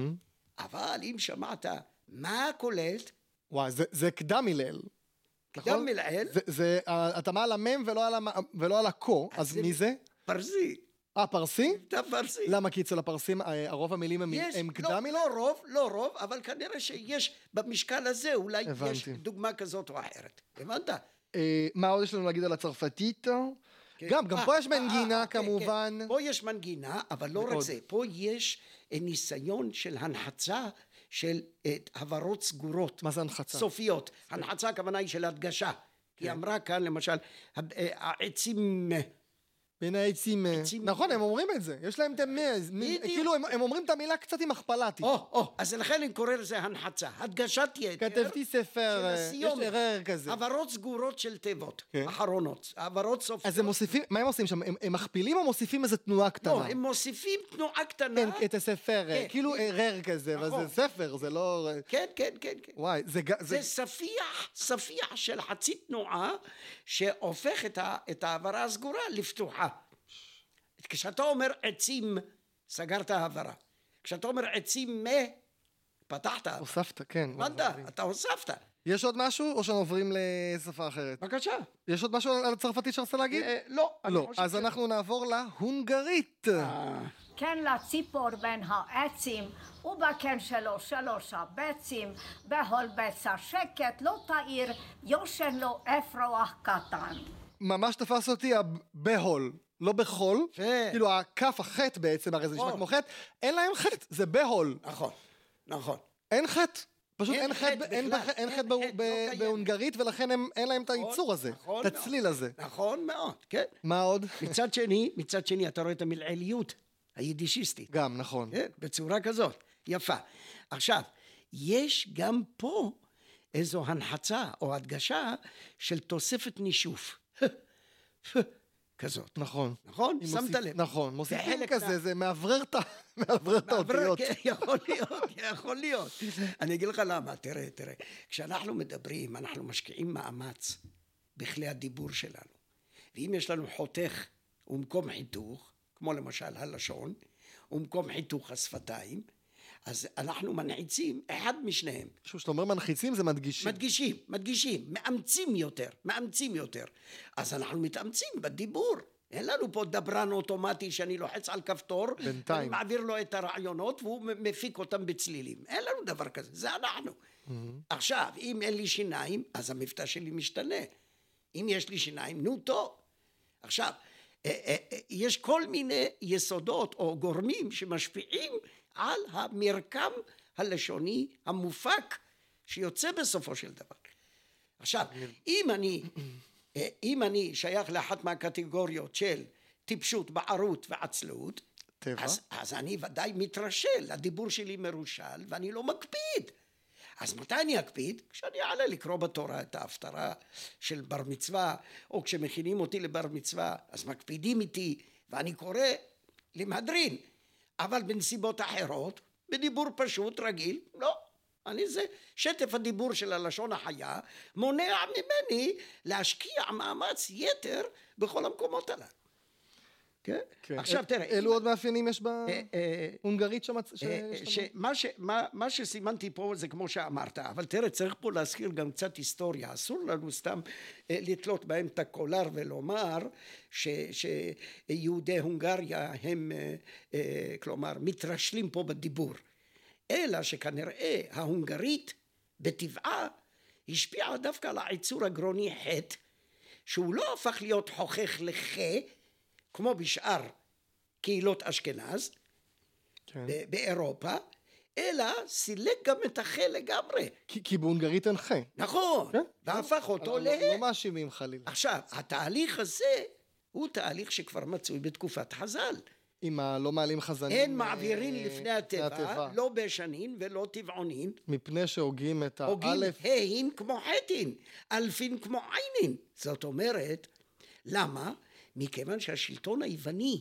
אבל אם שמעת מה קולט, וואי, זה, זה קדם מלעיל. קדם מלעיל. זה, זה התאמה על המם ולא על, המ, ולא על הקו, אז, אז מי זה? פרסי. אה, פרסי? מבטא פרסי. למה? כי אצל הפרסים הרוב המילים הם, יש, הם קדם מלעיל? לא, לא רוב, לא רוב, אבל כנראה שיש במשקל הזה, אולי הבנתי. יש דוגמה כזאת או אחרת. הבנת? אה, מה עוד יש לנו להגיד על הצרפתית? כן. גם, גם 아, פה יש מנגינה 아, כמובן. כן. פה יש מנגינה, אבל לא רק זה. פה יש ניסיון של הנחצה של הברות סגורות. מה זה הנחצה? סופיות. הנחצה הכוונה היא של הדגשה. כי אמרה כאן למשל, העצים... בין העצים... נכון, הם אומרים את זה. יש להם את המז. כאילו, הם אומרים את המילה קצת עם הכפלתי. או, או, אז לכן אני קורא לזה הנחצה. הדגשת יתר. כתבתי ספר, יש ערר כזה. הברות סגורות של תיבות. אחרונות. הברות סופיות. אז הם מוסיפים, מה הם עושים שם? הם מכפילים או מוסיפים איזה תנועה קטנה? לא, הם מוסיפים תנועה קטנה. את הספר, כאילו ערר כזה, אבל זה ספר, זה לא... כן, כן, כן. וואי, זה... זה ספיח, ספיח של חצי תנועה, שהופך את העברה הסגורה לפתוחה. כשאתה אומר עצים, סגרת העברה. כשאתה אומר עצים מה, פתחת. הוספת, כן. הבנת, אתה הוספת. יש עוד משהו או שאנחנו עוברים לשפה אחרת? בבקשה. יש עוד משהו על הצרפתית שרצה להגיד? לא. לא, אז אנחנו נעבור להונגרית. כן לציפור בין העצים, ובכן שלו שלוש הביצים, בכל ביצה שקט לא תאיר, יושן לו אפרוח קטן. ממש תפס אותי בהול, לא בחול, כאילו הכף, החטא בעצם, הרי זה נשמע כמו חטא, אין להם חטא, זה בהול. נכון, נכון. אין חטא, פשוט אין חטא, אין חטא בהונגרית, ולכן אין להם את הייצור הזה, את הצליל הזה. נכון מאוד, כן. מה עוד? מצד שני, מצד שני, אתה רואה את המלעיליות היידישיסטית. גם, נכון. בצורה כזאת, יפה. עכשיו, יש גם פה איזו הנחצה או הדגשה של תוספת נישוף. כזאת. נכון. נכון? שמת לב. נכון, מוסיפים כזה, זה מעברר את האותיות. יכול להיות, יכול להיות. אני אגיד לך למה, תראה, תראה. כשאנחנו מדברים, אנחנו משקיעים מאמץ בכלי הדיבור שלנו. ואם יש לנו חותך ומקום חיתוך, כמו למשל הלשון, ומקום חיתוך השפתיים, אז אנחנו מנחיצים אחד משניהם. כשאתה אומר מנחיצים זה מדגישים. מדגישים, מדגישים, מאמצים יותר, מאמצים יותר. אז אנחנו מתאמצים בדיבור. אין לנו פה דברן אוטומטי שאני לוחץ על כפתור, בינתיים. ואני מעביר לו את הרעיונות והוא מפיק אותם בצלילים. אין לנו דבר כזה, זה אנחנו. Mm-hmm. עכשיו, אם אין לי שיניים, אז המבטא שלי משתנה. אם יש לי שיניים, נו טוב. עכשיו, יש כל מיני יסודות או גורמים שמשפיעים על המרקם הלשוני המופק שיוצא בסופו של דבר. עכשיו, אם אני, אם אני שייך לאחת מהקטגוריות של טיפשות, בערות ועצלות, אז, אז אני ודאי מתרשל, הדיבור שלי מרושל ואני לא מקפיד. אז מתי אני אקפיד? כשאני אעלה לקרוא בתורה את ההפטרה של בר מצווה, או כשמכינים אותי לבר מצווה, אז מקפידים איתי, ואני קורא למהדרין. אבל בנסיבות אחרות, בדיבור פשוט, רגיל, לא. אני זה, שטף הדיבור של הלשון החיה, מונע ממני להשקיע מאמץ יתר בכל המקומות הללו. כן? כן. עכשיו את, תראה, אלו עוד מאפיינים יש בהונגרית שמצ... מה שסימנתי פה זה כמו שאמרת, אבל תראה, צריך פה להזכיר גם קצת היסטוריה, אסור לנו סתם לתלות בהם את הקולר ולומר שיהודי הונגריה הם, כלומר, מתרשלים פה בדיבור, אלא שכנראה ההונגרית בטבעה השפיעה דווקא על העיצור הגרוני חטא, שהוא לא הפך להיות חוכך לחה, כמו בשאר קהילות אשכנז, כן. באירופה, אלא סילק גם את החה לגמרי. כי, כי בהונגרית אין חי. נכון, כן? והפך אותו ל... לא, לא מאשימים חלילה. עכשיו, התהליך הזה הוא תהליך שכבר מצוי בתקופת חז"ל. עם הלא מעלים חזנים. אין מעבירים לפני הטבע, הטבע. לא בשנין ולא טבעונין. מפני שהוגים את האלף. הוגים הין כמו חטין, אלפין כמו עינין. זאת אומרת, למה? מכיוון שהשלטון היווני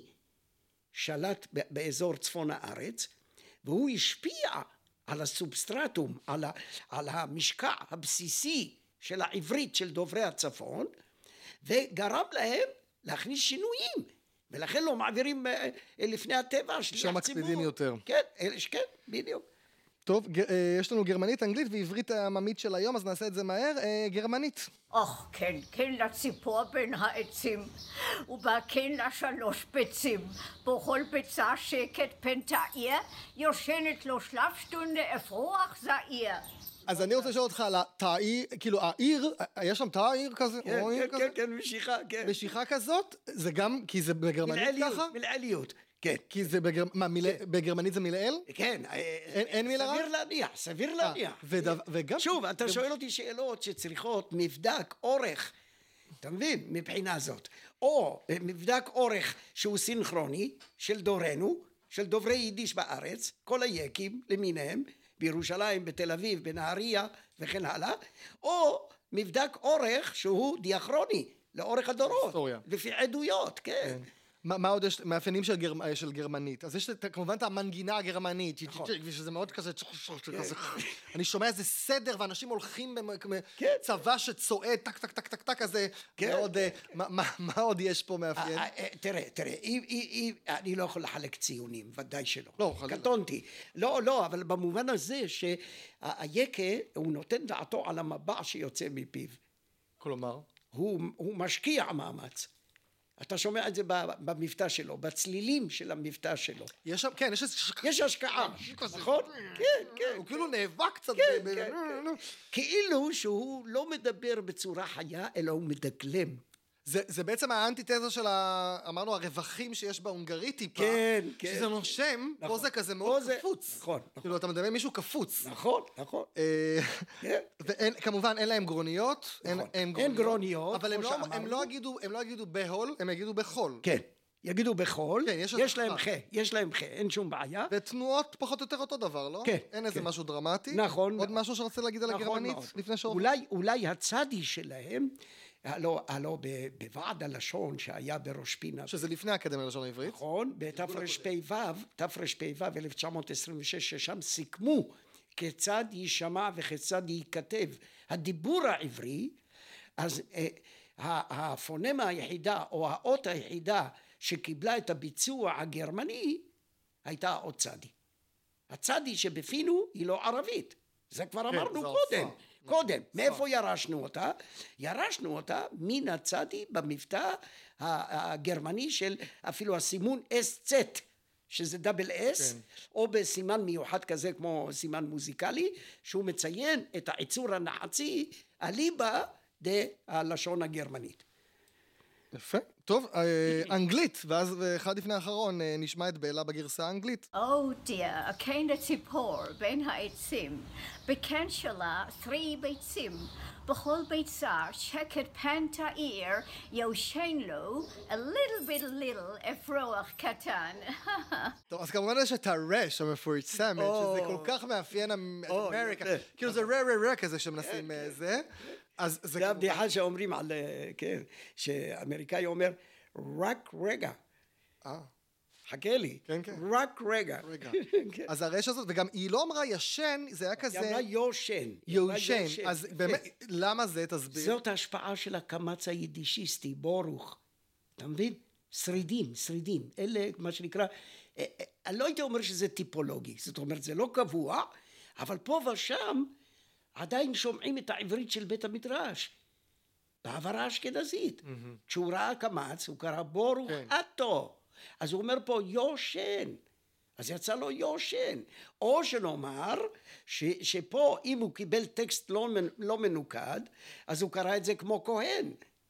שלט באזור צפון הארץ, והוא השפיע על הסובסטרטום, על, ה, על המשקע הבסיסי של העברית של דוברי הצפון, וגרם להם להכניס שינויים, ולכן לא מעבירים לפני הטבע, שם מקפידים יותר. כן, כן, בדיוק. טוב, יש לנו גרמנית, אנגלית ועברית העממית של היום, אז נעשה את זה מהר. גרמנית. אך כן, כן לציפור בין העצים, ובכן לשלוש ביצים. בכל ביצה שקט פנתאיר, יושנת לו שלב שטונדה אפרוח זעיר. אז אני רוצה לשאול אותך על התאי, כאילו העיר, יש שם תאיר כזה? כן, כן, כן, כן, משיכה, כן. משיכה כזאת? זה גם, כי זה בגרמנית ככה? מלעליות, כן. כי זה בגרמנית זה מלעיל? כן. אין מילה רע? סביר להניח, סביר להניח. וגם... שוב, אתה שואל אותי שאלות שצריכות מבדק, אורך, אתה מבין, מבחינה זאת. או מבדק אורך שהוא סינכרוני של דורנו, של דוברי יידיש בארץ, כל היקים למיניהם, בירושלים, בתל אביב, בנהריה וכן הלאה, או מבדק אורך שהוא דיאכרוני, לאורך הדורות. היסטוריה. לפי עדויות, כן. מה, מה עוד יש מאפיינים של, גר, של גרמנית? אז יש כמובן את המנגינה הגרמנית, שזה מאוד כזה, אני שומע איזה סדר ואנשים הולכים בצבא שצועד, טק טק טק טק טק, כזה, מה עוד יש פה מאפיין? תראה, תראה, אני לא יכול לחלק ציונים, ודאי שלא. לא, חלילה. קטונתי. לא, לא, אבל במובן הזה שהיקה, הוא נותן דעתו על המבע שיוצא מפיו. כלומר? הוא משקיע מאמץ. אתה שומע את זה במבטא שלו, בצלילים של המבטא שלו. יש שם, כן, יש השקעה, נכון? כן, כן. הוא כאילו נאבק קצת. כן, כן. כאילו שהוא לא מדבר בצורה חיה, אלא הוא מדקלם. זה בעצם האנטיתזה של, אמרנו, הרווחים שיש בהונגרית טיפה. כן, כן. שזה נושם, פה זה כזה מאוד קפוץ. נכון. כאילו, אתה מדמה מישהו קפוץ. נכון, נכון. וכמובן, אין להם גרוניות. אין גרוניות, אבל הם לא יגידו בהול, הם יגידו בחול. כן. יגידו בחול, יש להם חה, יש להם חה, אין שום בעיה. ותנועות פחות או יותר אותו דבר, לא? כן. אין איזה משהו דרמטי. נכון. עוד משהו שרצה להגיד על הגרמנית לפני שעות? אולי הצדי שלהם, הלא, הלא בוועד הלשון שהיה בראש פינה. שזה לפני האקדמיה ללשון העברית. נכון, בתרפ"ו, תרפ"ו אלף תשע מאות עשרים ושש, ששם סיכמו כיצד יישמע וכיצד ייכתב הדיבור העברי, אז הפונמה היחידה או האות היחידה שקיבלה את הביצוע הגרמני הייתה האות צדי. הצדי שבפינו היא לא ערבית, זה כבר אמרנו זה קודם. עושה. קודם. מאיפה ירשנו אותה? ירשנו אותה מן הצדי במבטא הגרמני של אפילו הסימון אס צט, שזה דאבל אס, כן. או בסימן מיוחד כזה כמו סימן מוזיקלי, שהוא מציין את העיצור הנחצי, אליבא דהלשון הגרמנית. יפה. טוב, אנגלית, ואז אחד לפני האחרון נשמע את בלה בגרסה האנגלית. Oh dear, הקן הציפור בין העצים, בקן שלה תרי ביצים, בכל ביצה שקט פן תאיר, יושן לו, a little bit little, אפרוח קטן. טוב, אז כמובן יש את הרש המפורסמת, שזה כל כך מאפיין אמריקה, כאילו זה רה רה רה כזה שמנסים זה. אז זה... זה הבדיחה שאומרים על, כן, שאמריקאי אומר, רק רגע. אה. חכה לי. כן, כן. רק רגע. רגע. אז הרש הזאת, וגם היא לא אמרה ישן, זה היה כזה... היא אמרה יושן. יושן. אז באמת, למה זה? תסביר. זאת ההשפעה של הקמץ היידישיסטי, ברוך. אתה מבין? שרידים, שרידים. אלה, מה שנקרא, אני לא הייתי אומר שזה טיפולוגי. זאת אומרת, זה לא קבוע, אבל פה ושם עדיין שומעים את העברית של בית המדרש. בעברה אשכנזית. Mm-hmm. כשהוא ראה קמץ, הוא קרא ברוך כן. אתו. אז הוא אומר פה יושן. אז יצא לו יושן. או שנאמר, ש, שפה אם הוא קיבל טקסט לא, לא מנוקד, אז הוא קרא את זה כמו כהן.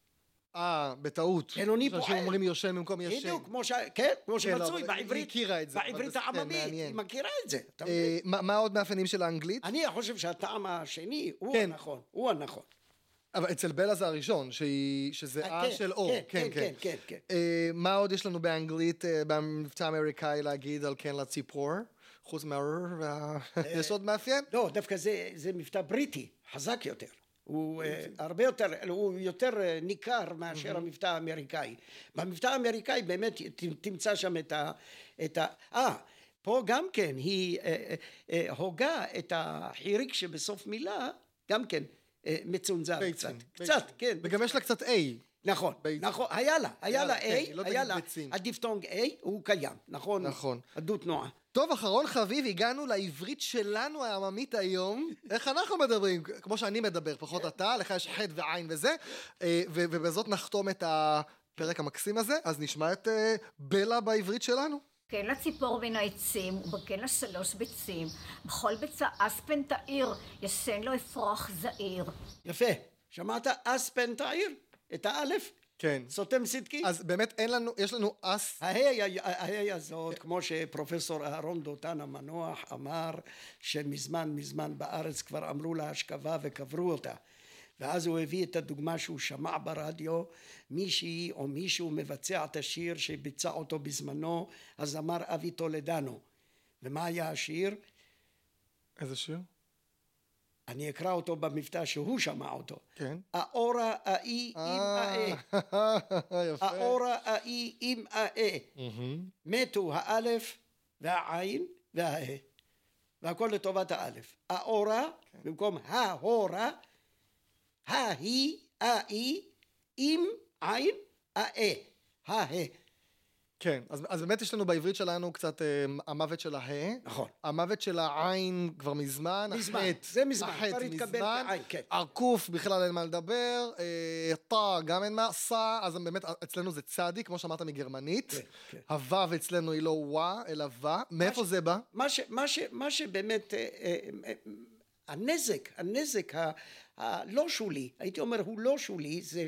אה, בטעות. בינוני פועל. שאנשים אומרים יושן במקום ישן. בדיוק, כמו, ש... כן, כמו כן, שמצוי לא, בעברית. היא הכירה את זה. בעברית העממית, כן, היא מכירה את זה. אה, מה, מה עוד מאפיינים של האנגלית? אני חושב שהטעם השני הוא כן. הנכון. הוא הנכון. אבל אצל בלה זה הראשון, שהיא, שזה אה של אור. כן, כן, כן, כן, כן. אה, מה עוד יש לנו באנגלית, אה, במבטא האמריקאי להגיד על כן לציפור? חוץ מהר, וה... יש עוד מאפיין? לא, דווקא זה, זה מבטא בריטי, חזק יותר. הוא uh, הרבה יותר, הוא יותר uh, ניכר מאשר המבטא האמריקאי. במבטא האמריקאי באמת תמצא שם את ה... את ה... אה, פה גם כן היא uh, uh, uh, הוגה את החיריק שבסוף מילה, גם כן uh, מצונזר קצת. קצת, כן. וגם יש לה קצת A. נכון, נכון, היה לה, היה לה A, היה לה, ביצים. הדיפתונג A הוא קיים, נכון? נכון. הדו תנועה. טוב, אחרון חביב, הגענו לעברית שלנו העממית היום. איך אנחנו מדברים? כמו שאני מדבר, פחות אתה, לך יש חד ועין וזה, ובזאת נחתום את הפרק המקסים הזה, אז נשמע את בלה בעברית שלנו. בקן לציפור בין העצים ובקן לשלוש ביצים, בכל ביצה אספן תאיר, ישן לו אפרוח זעיר. יפה, שמעת אספן תאיר? את האלף? כן. סותם צדקי? אז באמת אין לנו, יש לנו אס... ההי הזאת, כמו שפרופסור אהרון דותן המנוח אמר, שמזמן מזמן בארץ כבר אמרו לה השכבה וקברו אותה. ואז הוא הביא את הדוגמה שהוא שמע ברדיו, מישהי או מישהו מבצע את השיר שביצע אותו בזמנו, אז אמר אבי טולדנו. ומה היה השיר? איזה שיר? אני אקרא אותו במבטא שהוא שמע אותו. כן. האורה האי עם האי. יפה. האורה האי עם האי. מתו האלף והעין והאי. והכל לטובת האלף. האורה, במקום ההורה, ההי, האי, עם עין, האי. האי. כן, אז, אז באמת יש לנו בעברית שלנו קצת אה, המוות של הה. נכון. המוות של העין כבר מזמן. מזמן, החט, זה מזמן. החט כבר התקבל מזמן. כעין, כן. ערקוף בכלל אין מה לדבר. אה, תא גם אין מה. סא, אז באמת אצלנו זה צדי, כמו שאמרת מגרמנית. כן, כן. הוו אצלנו היא לא וואה, אלא וואה. מאיפה ש... זה בא? מה, ש... מה, ש... מה שבאמת, אה, אה, אה, הנזק, הנזק ה... הלא שולי, הייתי אומר הוא לא שולי, זה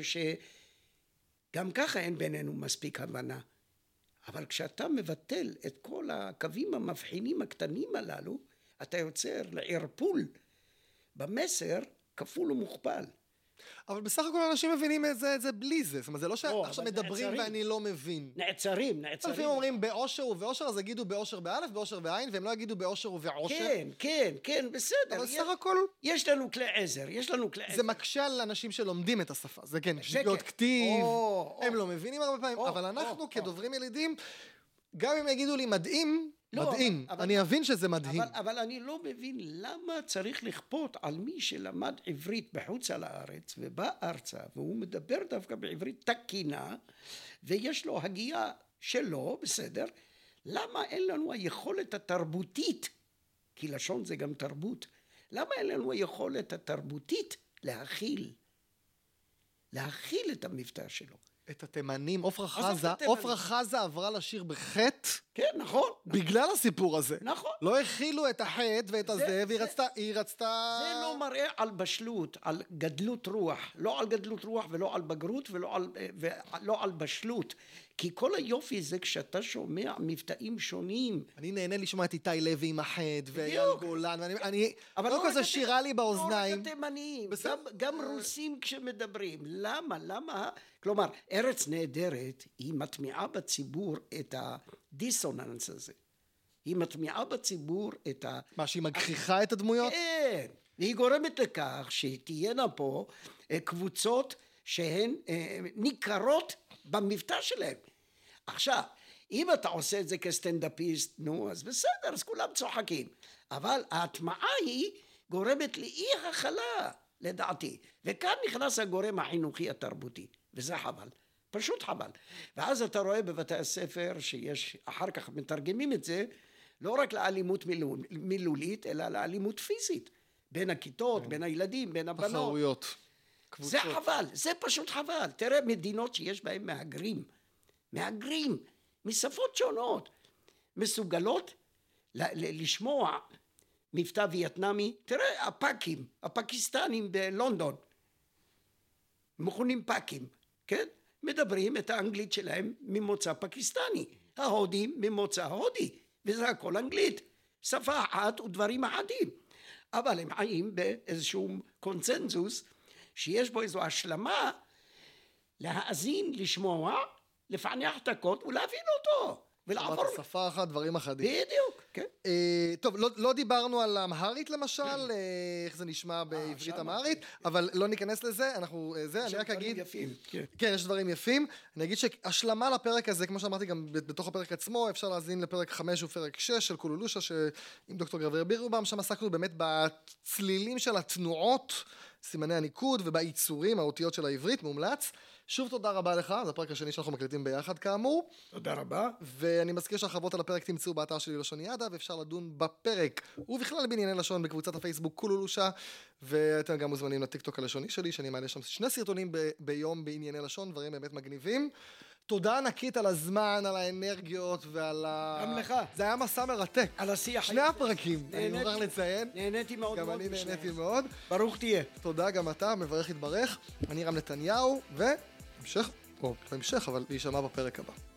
שגם ככה אין בינינו מספיק הבנה. אבל כשאתה מבטל את כל הקווים המבחינים הקטנים הללו, אתה יוצר לערפול במסר כפול ומוכפל. אבל בסך הכל אנשים מבינים את זה, את זה בלי זה. זאת אומרת, זה לא שעכשיו מדברים נעצרים. ואני לא מבין. נעצרים, נעצרים. לפעמים אומרים באושר ובאושר, אז יגידו באושר באלף, באושר בעין, והם לא יגידו באושר ובעושר. כן, כן, כן, בסדר. אבל יש, סך הכל... יש לנו כלי עזר, יש לנו כלי עזר. זה מקשה על אנשים שלומדים את השפה. זה כן, שקר. שגיאות כתיב, או, הם או. לא מבינים הרבה פעמים, או, אבל אנחנו או, כדוברים ילידים, גם אם יגידו לי מדהים, לא, מדהים, אבל- אני אבין שזה מדהים. אבל, אבל אני לא מבין למה צריך לכפות על מי שלמד עברית בחוץ על הארץ ובא ארצה והוא מדבר דווקא בעברית תקינה ויש לו הגייה שלו, בסדר, למה אין לנו היכולת התרבותית, כי לשון זה גם תרבות, למה אין לנו היכולת התרבותית להכיל, להכיל את המבטא שלו? את התימנים, עופרה עזוב את חזה, התימנים. עופרה חזה עברה לשיר בחטא, כן, נכון. בגלל הסיפור הזה. נכון. לא הכילו את החטא ואת הזה, זה- והיא זה- רצתה, היא רצתה... זה לא מראה על בשלות, על גדלות רוח, לא על גדלות רוח ולא על בגרות ולא על, ולא על בשלות, כי כל היופי זה כשאתה שומע מבטאים שונים. אני נהנה לשמוע את איתי לוי עם החטא, ואייל בדיוק. גולן, ואני... אני... אבל קודם כל זה רק שירה לי הת- באוזניים. לא רק התימנים, בסדר. גם, גם רוסים כשמדברים. למה? למה? כלומר, ארץ נהדרת היא מטמיעה בציבור את הדיסוננס הזה. היא מטמיעה בציבור את ה... מה, שהיא מגחיכה את הדמויות? כן, והיא גורמת לכך שתהיינה פה אה, קבוצות שהן אה, ניכרות במבטא שלהם. עכשיו, אם אתה עושה את זה כסטנדאפיסט, נו, אז בסדר, אז כולם צוחקים. אבל ההטמעה היא גורמת לאי הכלה, לדעתי. וכאן נכנס הגורם החינוכי התרבותי, וזה חבל. פשוט חבל. ואז אתה רואה בבתי הספר שיש, אחר כך מתרגמים את זה, לא רק לאלימות מילול, מילולית, אלא לאלימות פיזית. בין הכיתות, בין הילדים, בין הבנות. תחרויות. זה חבל, זה פשוט חבל. תראה מדינות שיש בהן מהגרים, מהגרים, משפות שונות, מסוגלות ל- ל- לשמוע מבטא וייטנמי. תראה, הפאקים, הפקיסטנים בלונדון, מכונים פאקים, כן? מדברים את האנגלית שלהם ממוצא פקיסטני, ההודים ממוצא הודי, וזה הכל אנגלית, שפה אחת ודברים אחדים. אבל הם חיים באיזשהו קונצנזוס, שיש בו איזו השלמה, להאזין, לשמוע, לפענח את הקוד ולהבין אותו, ולעבור. שמעת שפה אחת, דברים אחדים. בדיוק, כן. אה, טוב, לא, לא דיברנו על אמהרית למשל, אה, איך זה נשמע בעברית שם. אמהרית, אבל לא ניכנס לזה, אנחנו, אה, זה, אני רק דברים אגיד, יפים, כן. כן, יש דברים יפים, אני אגיד שהשלמה לפרק הזה, כמו שאמרתי גם בתוך הפרק עצמו, אפשר להזין לפרק חמש ופרק שש של קולולושה, שעם דוקטור גבריאל בירנבאום, שם עסקנו באמת בצלילים של התנועות, סימני הניקוד ובעיצורים, האותיות של העברית, מומלץ. שוב תודה רבה לך, זה הפרק השני שאנחנו מקליטים ביחד כאמור. תודה רבה. ואני מזכיר שהחברות על הפרק תמצאו באתר שלי לשוניאדה, ואפשר לדון בפרק ובכלל בענייני לשון בקבוצת הפייסבוק קולולושה, ואתם גם מוזמנים לטיקטוק הלשוני שלי, שאני מעלה שם שני סרטונים ב- ביום בענייני לשון, דברים באמת מגניבים. תודה ענקית על הזמן, על האנרגיות ועל ה... גם לך. זה היה מסע מרתק. על השיח. שני הפרקים, אני נהניתי. מוכרח לציין. נהניתי מאוד גם מאוד. אני בשניהם. נהניתי מאוד. ברוך תהיה. תודה גם אתה, מברך יתברך. אני רם נתניהו, והמשך, או לא המשך, אבל להישמע בפרק הבא.